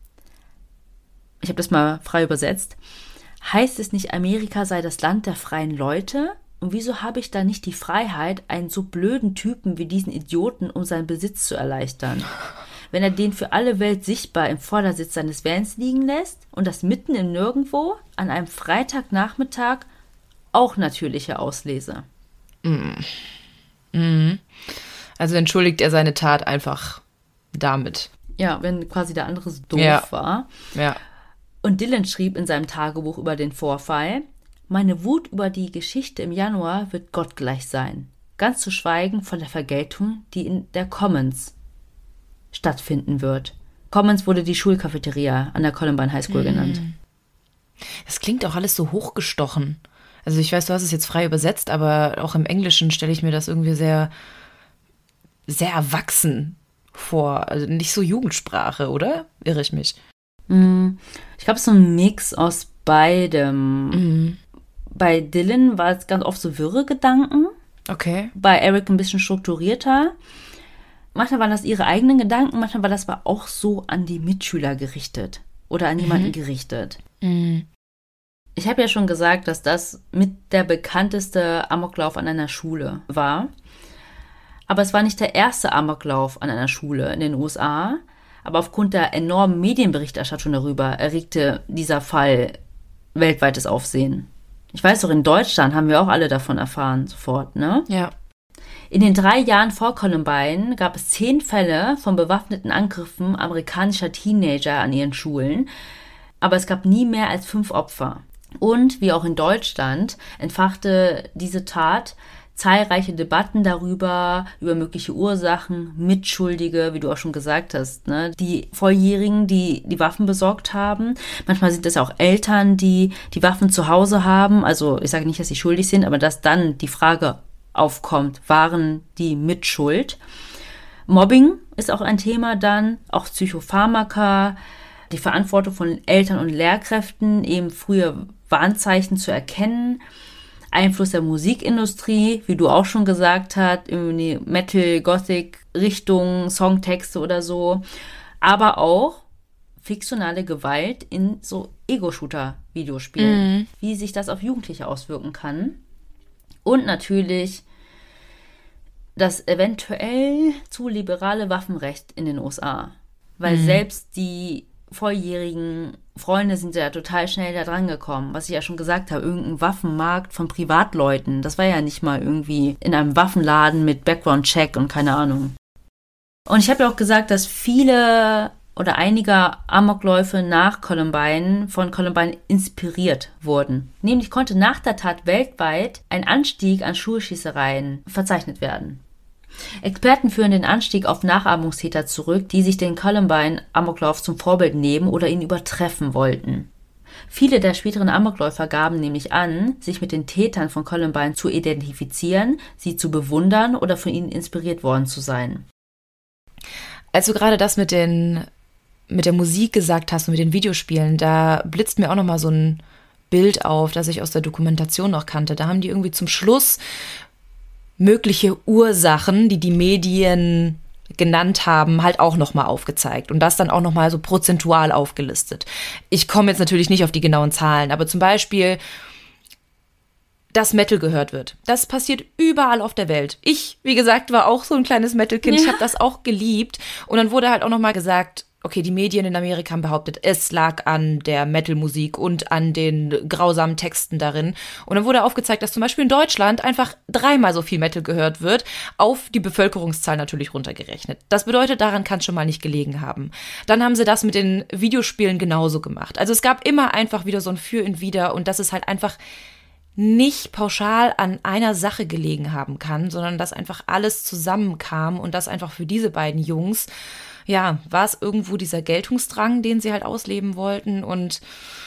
ich habe das mal frei übersetzt, heißt es nicht, Amerika sei das Land der freien Leute? Und wieso habe ich da nicht die Freiheit, einen so blöden Typen wie diesen Idioten um seinen Besitz zu erleichtern? Wenn er den für alle Welt sichtbar im Vordersitz seines Vans liegen lässt und das mitten im Nirgendwo an einem Freitagnachmittag auch natürliche Auslese. Mm. Mm. Also entschuldigt er seine Tat einfach damit. Ja, wenn quasi der andere so doof ja. war. Ja. Und Dylan schrieb in seinem Tagebuch über den Vorfall: Meine Wut über die Geschichte im Januar wird gottgleich sein. Ganz zu schweigen von der Vergeltung, die in der Commons stattfinden wird. Commons wurde die Schulcafeteria an der Columbine High School mm. genannt. Das klingt auch alles so hochgestochen. Also ich weiß, du hast es jetzt frei übersetzt, aber auch im Englischen stelle ich mir das irgendwie sehr, sehr erwachsen vor. Also nicht so Jugendsprache, oder? Irre ich mich? Ich glaube, es ist so ein Mix aus beidem. Mhm. Bei Dylan war es ganz oft so wirre Gedanken. Okay. Bei Eric ein bisschen strukturierter. Manchmal waren das ihre eigenen Gedanken, manchmal war das aber auch so an die Mitschüler gerichtet oder an jemanden mhm. gerichtet. Mhm. Ich habe ja schon gesagt, dass das mit der bekannteste Amoklauf an einer Schule war. Aber es war nicht der erste Amoklauf an einer Schule in den U S A. Aber aufgrund der enormen Medienberichterstattung darüber erregte dieser Fall weltweites Aufsehen. Ich weiß doch, in Deutschland haben wir auch alle davon erfahren, sofort, ne? Ja. In den drei Jahren vor Columbine gab es zehn Fälle von bewaffneten Angriffen amerikanischer Teenager an ihren Schulen. Aber es gab nie mehr als fünf Opfer. Und, wie auch in Deutschland, entfachte diese Tat zahlreiche Debatten darüber, über mögliche Ursachen, Mitschuldige, wie du auch schon gesagt hast, ne? Die Volljährigen, die die Waffen besorgt haben. Manchmal sind es auch Eltern, die die Waffen zu Hause haben. Also ich sage nicht, dass sie schuldig sind, aber dass dann die Frage aufkommt, waren die Mitschuld? Mobbing ist auch ein Thema dann, auch Psychopharmaka, die Verantwortung von Eltern und Lehrkräften, eben frühe Warnzeichen zu erkennen, Einfluss der Musikindustrie, wie du auch schon gesagt hast, in die Metal, Gothic Richtung, Songtexte oder so, aber auch fiktionale Gewalt in so Ego-Shooter-Videospielen, mhm. wie sich das auf Jugendliche auswirken kann. Und natürlich das eventuell zu liberale Waffenrecht in den U S A. Weil mhm. selbst die volljährigen Freunde sind ja total schnell da dran gekommen. Was ich ja schon gesagt habe, irgendein Waffenmarkt von Privatleuten. Das war ja nicht mal irgendwie in einem Waffenladen mit Background-Check und keine Ahnung. Und ich habe ja auch gesagt, dass viele oder einige Amokläufe nach Columbine von Columbine inspiriert wurden. Nämlich konnte nach der Tat weltweit ein Anstieg an Schulschießereien verzeichnet werden. Experten führen den Anstieg auf Nachahmungstäter zurück, die sich den Columbine-Amoklauf zum Vorbild nehmen oder ihn übertreffen wollten. Viele der späteren Amokläufer gaben nämlich an, sich mit den Tätern von Columbine zu identifizieren, sie zu bewundern oder von ihnen inspiriert worden zu sein. Als du gerade das mit den mit der Musik gesagt hast und mit den Videospielen, da blitzt mir auch noch mal so ein Bild auf, das ich aus der Dokumentation noch kannte. Da haben die irgendwie zum Schluss mögliche Ursachen, die die Medien genannt haben, halt auch noch mal aufgezeigt und das dann auch noch mal so prozentual aufgelistet. Ich komme jetzt natürlich nicht auf die genauen Zahlen, aber zum Beispiel, dass Metal gehört wird. Das passiert überall auf der Welt. Ich, wie gesagt, war auch so ein kleines Metal-Kind. Ja. Ich habe das auch geliebt. Und dann wurde halt auch noch mal gesagt, okay, die Medien in Amerika haben behauptet, es lag an der Metal-Musik und an den grausamen Texten darin. Und dann wurde aufgezeigt, dass zum Beispiel in Deutschland einfach dreimal so viel Metal gehört wird, auf die Bevölkerungszahl natürlich runtergerechnet. Das bedeutet, daran kann es schon mal nicht gelegen haben. Dann haben sie das mit den Videospielen genauso gemacht. Also es gab immer einfach wieder so ein Für und Wider und dass es halt einfach nicht pauschal an einer Sache gelegen haben kann, sondern dass einfach alles zusammenkam und dass einfach für diese beiden Jungs, ja, war es irgendwo dieser Geltungsdrang, den sie halt ausleben wollten und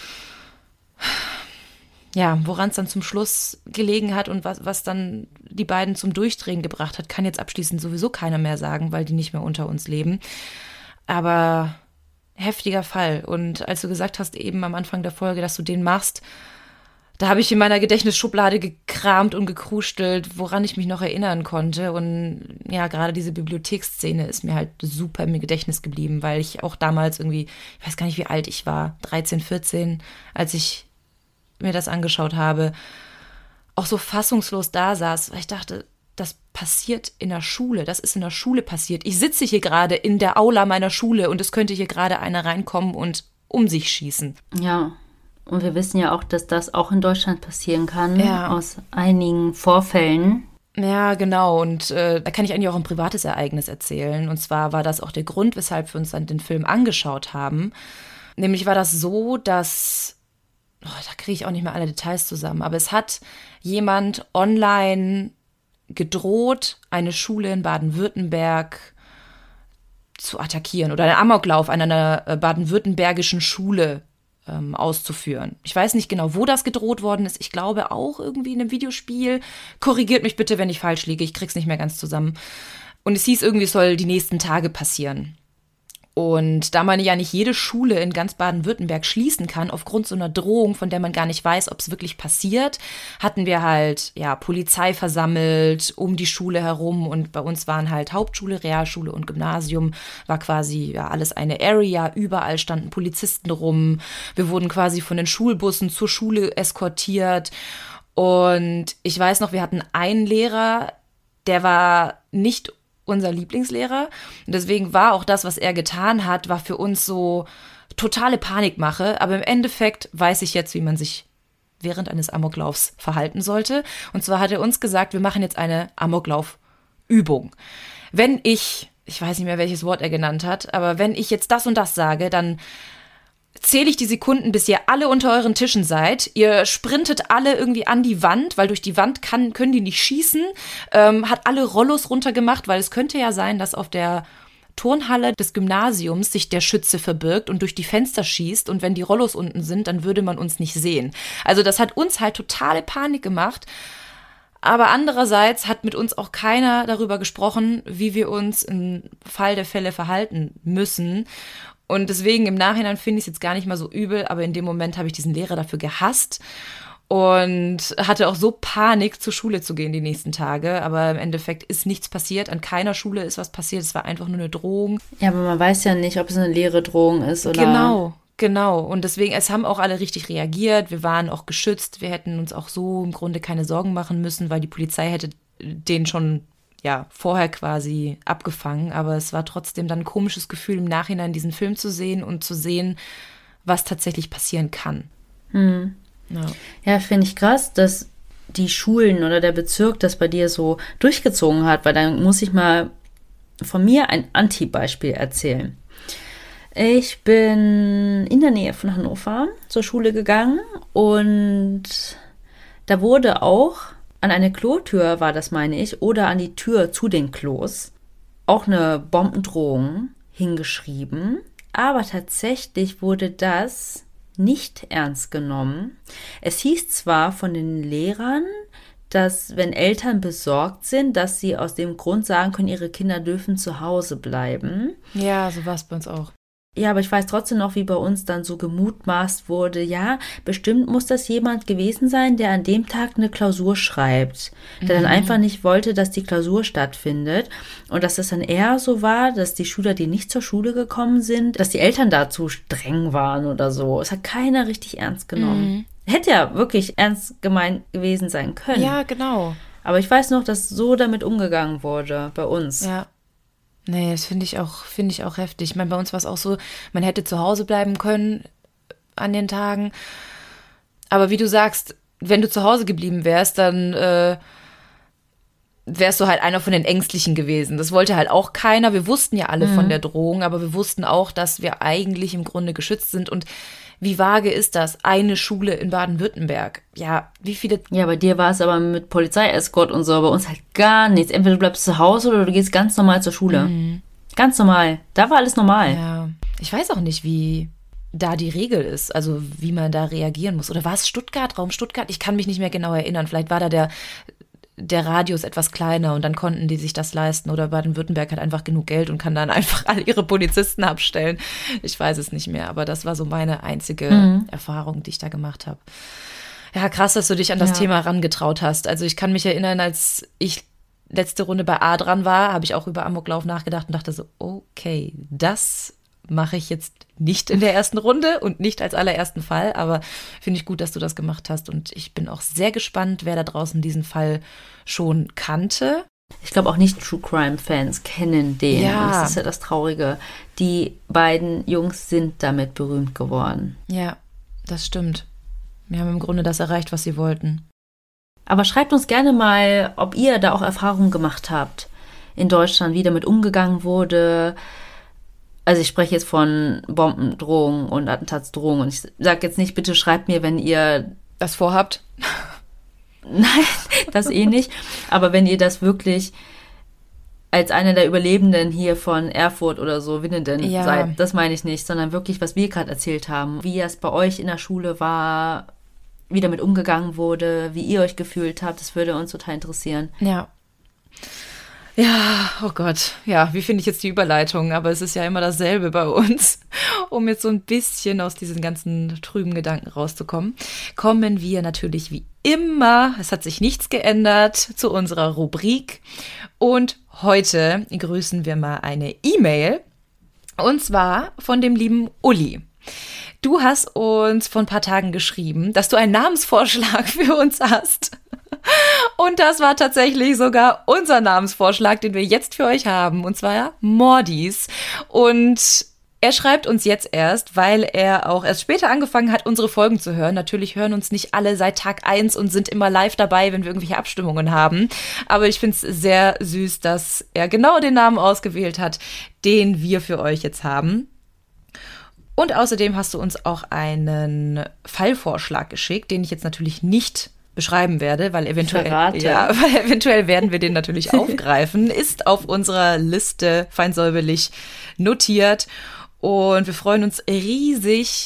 ja, woran es dann zum Schluss gelegen hat und was, was dann die beiden zum Durchdrehen gebracht hat, kann jetzt abschließend sowieso keiner mehr sagen, weil die nicht mehr unter uns leben. Aber heftiger Fall. Und als du gesagt hast eben am Anfang der Folge, dass du den machst, da habe ich in meiner Gedächtnisschublade gekramt und gekrustelt, woran ich mich noch erinnern konnte. Und ja, gerade diese Bibliotheksszene ist mir halt super im Gedächtnis geblieben, weil ich auch damals irgendwie, ich weiß gar nicht, wie alt ich war, dreizehn, vierzehn, als ich mir das angeschaut habe, auch so fassungslos da saß, weil ich dachte, das passiert in der Schule, das ist in der Schule passiert. Ich sitze hier gerade in der Aula meiner Schule und es könnte hier gerade einer reinkommen und um sich schießen. Ja. Und wir wissen ja auch, dass das auch in Deutschland passieren kann, ja. Aus einigen Vorfällen. Ja, genau. Und äh, da kann ich eigentlich auch ein privates Ereignis erzählen. Und zwar war das auch der Grund, weshalb wir uns dann den Film angeschaut haben. Nämlich war das so, dass, oh, da kriege ich auch nicht mehr alle Details zusammen, aber es hat jemand online gedroht, eine Schule in Baden-Württemberg zu attackieren oder einen Amoklauf an einer baden-württembergischen Schule Ähm, auszuführen. Ich weiß nicht genau, wo das gedroht worden ist. Ich glaube auch irgendwie in einem Videospiel. Korrigiert mich bitte, wenn ich falsch liege. Ich krieg's nicht mehr ganz zusammen. Und es hieß irgendwie, es soll die nächsten Tage passieren. Und da man ja nicht jede Schule in ganz Baden-Württemberg schließen kann, aufgrund so einer Drohung, von der man gar nicht weiß, ob es wirklich passiert, hatten wir halt ja Polizei versammelt um die Schule herum. Und bei uns waren halt Hauptschule, Realschule und Gymnasium, war quasi ja alles eine Area. Überall standen Polizisten rum. Wir wurden quasi von den Schulbussen zur Schule eskortiert. Und ich weiß noch, wir hatten einen Lehrer, der war nicht unser Lieblingslehrer. Und deswegen war auch das, was er getan hat, war für uns so totale Panikmache. Aber im Endeffekt weiß ich jetzt, wie man sich während eines Amoklaufs verhalten sollte. Und zwar hat er uns gesagt, wir machen jetzt eine Amoklaufübung. Wenn ich, ich weiß nicht mehr, welches Wort er genannt hat, aber wenn ich jetzt das und das sage, dann zähle ich die Sekunden, bis ihr alle unter euren Tischen seid. Ihr sprintet alle irgendwie an die Wand, weil durch die Wand kann, können die nicht schießen. Ähm, hat alle Rollos runtergemacht, weil es könnte ja sein, dass auf der Turnhalle des Gymnasiums sich der Schütze verbirgt und durch die Fenster schießt. Und wenn die Rollos unten sind, dann würde man uns nicht sehen. Also das hat uns halt totale Panik gemacht. Aber andererseits hat mit uns auch keiner darüber gesprochen, wie wir uns im Fall der Fälle verhalten müssen. Und deswegen im Nachhinein finde ich es jetzt gar nicht mal so übel, aber in dem Moment habe ich diesen Lehrer dafür gehasst und hatte auch so Panik, zur Schule zu gehen die nächsten Tage. Aber im Endeffekt ist nichts passiert. An keiner Schule ist was passiert. Es war einfach nur eine Drohung. Ja, aber man weiß ja nicht, ob es eine leere Drohung ist oder... Genau. Genau, und deswegen, es haben auch alle richtig reagiert, wir waren auch geschützt, wir hätten uns auch so im Grunde keine Sorgen machen müssen, weil die Polizei hätte den schon ja vorher quasi abgefangen, aber es war trotzdem dann ein komisches Gefühl, im Nachhinein diesen Film zu sehen und zu sehen, was tatsächlich passieren kann. Hm. Ja, ja finde ich krass, dass die Schulen oder der Bezirk das bei dir so durchgezogen hat, weil dann muss ich mal von mir ein Anti-Beispiel erzählen. Ich bin in der Nähe von Hannover zur Schule gegangen und da wurde auch an eine Klotür, war das meine ich, oder an die Tür zu den Klos auch eine Bombendrohung hingeschrieben. Aber tatsächlich wurde das nicht ernst genommen. Es hieß zwar von den Lehrern, dass wenn Eltern besorgt sind, dass sie aus dem Grund sagen können, ihre Kinder dürfen zu Hause bleiben. Ja, so war es bei uns auch. Ja, aber ich weiß trotzdem noch, wie bei uns dann so gemutmaßt wurde, ja, bestimmt muss das jemand gewesen sein, der an dem Tag eine Klausur schreibt, der mhm. dann einfach nicht wollte, dass die Klausur stattfindet und dass es dann eher so war, dass die Schüler, die nicht zur Schule gekommen sind, dass die Eltern dazu streng waren oder so. Es hat keiner richtig ernst genommen. Mhm. Hätte ja wirklich ernst gemeint gewesen sein können. Ja, genau. Aber ich weiß noch, dass so damit umgegangen wurde bei uns. Ja. Nee, das finde ich auch, finde ich auch heftig. Ich meine, bei uns war es auch so, man hätte zu Hause bleiben können an den Tagen. Aber wie du sagst, wenn du zu Hause geblieben wärst, dann äh, wärst du halt einer von den Ängstlichen gewesen. Das wollte halt auch keiner. Wir wussten ja alle mhm. von der Drohung, aber wir wussten auch, dass wir eigentlich im Grunde geschützt sind. Und wie vage ist das? Eine Schule in Baden-Württemberg. Ja, wie viele... Ja, bei dir war es aber mit Polizeiescort und so. Bei uns halt gar nichts. Entweder du bleibst zu Hause oder du gehst ganz normal zur Schule. Mhm. Ganz normal. Da war alles normal. Ja, ich weiß auch nicht, wie da die Regel ist. Also wie man da reagieren muss. Oder war es Stuttgart, Raum Stuttgart? Ich kann mich nicht mehr genau erinnern. Vielleicht war da der... der Radius etwas kleiner und dann konnten die sich das leisten. Oder Baden-Württemberg hat einfach genug Geld und kann dann einfach alle ihre Polizisten abstellen. Ich weiß es nicht mehr, aber das war so meine einzige mhm. Erfahrung, die ich da gemacht habe. Ja, krass, dass du dich an das ja. Thema herangetraut hast. Also ich kann mich erinnern, als ich letzte Runde bei A dran war, habe ich auch über Amoklauf nachgedacht und dachte so, okay, das mache ich jetzt nicht in der ersten Runde und nicht als allerersten Fall, aber finde ich gut, dass du das gemacht hast und ich bin auch sehr gespannt, wer da draußen diesen Fall schon kannte. Ich glaube auch nicht True Crime Fans kennen den. Ja. Und das ist ja das Traurige. Die beiden Jungs sind damit berühmt geworden. Ja, das stimmt. Wir haben im Grunde das erreicht, was sie wollten. Aber schreibt uns gerne mal, ob ihr da auch Erfahrungen gemacht habt in Deutschland, wie damit umgegangen wurde. Also ich spreche jetzt von Bombendrohungen und Attentatsdrohungen. Und ich sage jetzt nicht, bitte schreibt mir, wenn ihr das vorhabt. Nein, das eh nicht. Aber wenn ihr das wirklich als einer der Überlebenden hier von Erfurt oder so, Winnenden ja. seid, das meine ich nicht, sondern wirklich, was wir gerade erzählt haben. Wie es bei euch in der Schule war, wie damit umgegangen wurde, wie ihr euch gefühlt habt, das würde uns total interessieren. Ja. Ja, oh Gott, ja, wie finde ich jetzt die Überleitung? Aber es ist ja immer dasselbe bei uns. Um jetzt so ein bisschen aus diesen ganzen trüben Gedanken rauszukommen, kommen wir natürlich wie immer, es hat sich nichts geändert, zu unserer Rubrik. Und heute grüßen wir mal eine E-Mail, und zwar von dem lieben Uli. Du hast uns vor ein paar Tagen geschrieben, dass du einen Namensvorschlag für uns hast. Und das war tatsächlich sogar unser Namensvorschlag, den wir jetzt für euch haben, und zwar Mordis. Und er schreibt uns jetzt erst, weil er auch erst später angefangen hat, unsere Folgen zu hören. Natürlich hören uns nicht alle seit Tag eins und sind immer live dabei, wenn wir irgendwelche Abstimmungen haben. Aber ich finde es sehr süß, dass er genau den Namen ausgewählt hat, den wir für euch jetzt haben. Und außerdem hast du uns auch einen Fallvorschlag geschickt, den ich jetzt natürlich nicht beschreiben werde, weil eventuell, ja, weil eventuell werden wir den natürlich aufgreifen, ist auf unserer Liste fein säuberlich notiert und wir freuen uns riesig,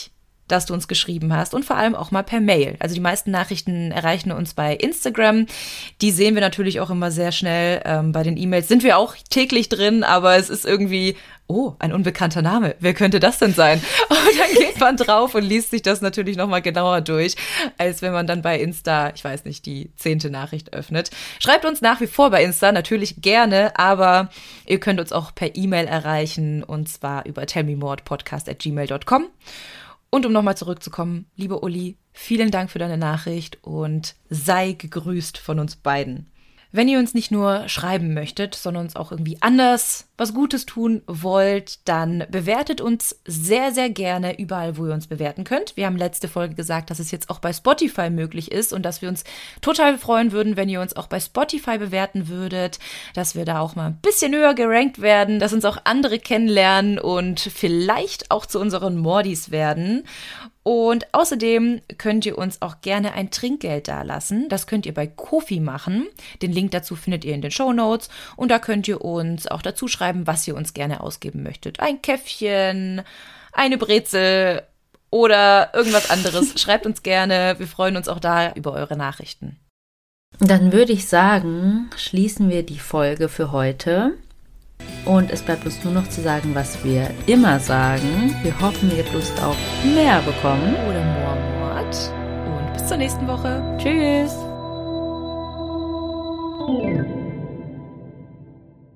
dass du uns geschrieben hast und vor allem auch mal per Mail. Also die meisten Nachrichten erreichen uns bei Instagram. Die sehen wir natürlich auch immer sehr schnell. Ähm, bei den E-Mails sind wir auch täglich drin, aber es ist irgendwie, oh, ein unbekannter Name. Wer könnte das denn sein? Und dann geht man drauf und liest sich das natürlich nochmal genauer durch, als wenn man dann bei Insta, ich weiß nicht, die zehnte Nachricht öffnet. Schreibt uns nach wie vor bei Insta, natürlich gerne, aber ihr könnt uns auch per E-Mail erreichen und zwar über tellmemorepodcast at gmail dot com. Und um nochmal zurückzukommen, liebe Uli, vielen Dank für deine Nachricht und sei gegrüßt von uns beiden. Wenn ihr uns nicht nur schreiben möchtet, sondern uns auch irgendwie anders was Gutes tun wollt, dann bewertet uns sehr, sehr gerne überall, wo ihr uns bewerten könnt. Wir haben letzte Folge gesagt, dass es jetzt auch bei Spotify möglich ist und dass wir uns total freuen würden, wenn ihr uns auch bei Spotify bewerten würdet, dass wir da auch mal ein bisschen höher gerankt werden, dass uns auch andere kennenlernen und vielleicht auch zu unseren Mordis werden. Und außerdem könnt ihr uns auch gerne ein Trinkgeld dalassen. Das könnt ihr bei Ko-fi machen. Den Link dazu findet ihr in den Shownotes. Und da könnt ihr uns auch dazu schreiben, was ihr uns gerne ausgeben möchtet. Ein Käffchen, eine Brezel oder irgendwas anderes. Schreibt uns gerne. Wir freuen uns auch da über eure Nachrichten. Dann würde ich sagen, schließen wir die Folge für heute. Und es bleibt uns nur noch zu sagen, was wir immer sagen. Wir hoffen, ihr habt Lust auf mehr bekommen. Oder More Mord. Und bis zur nächsten Woche. Tschüss.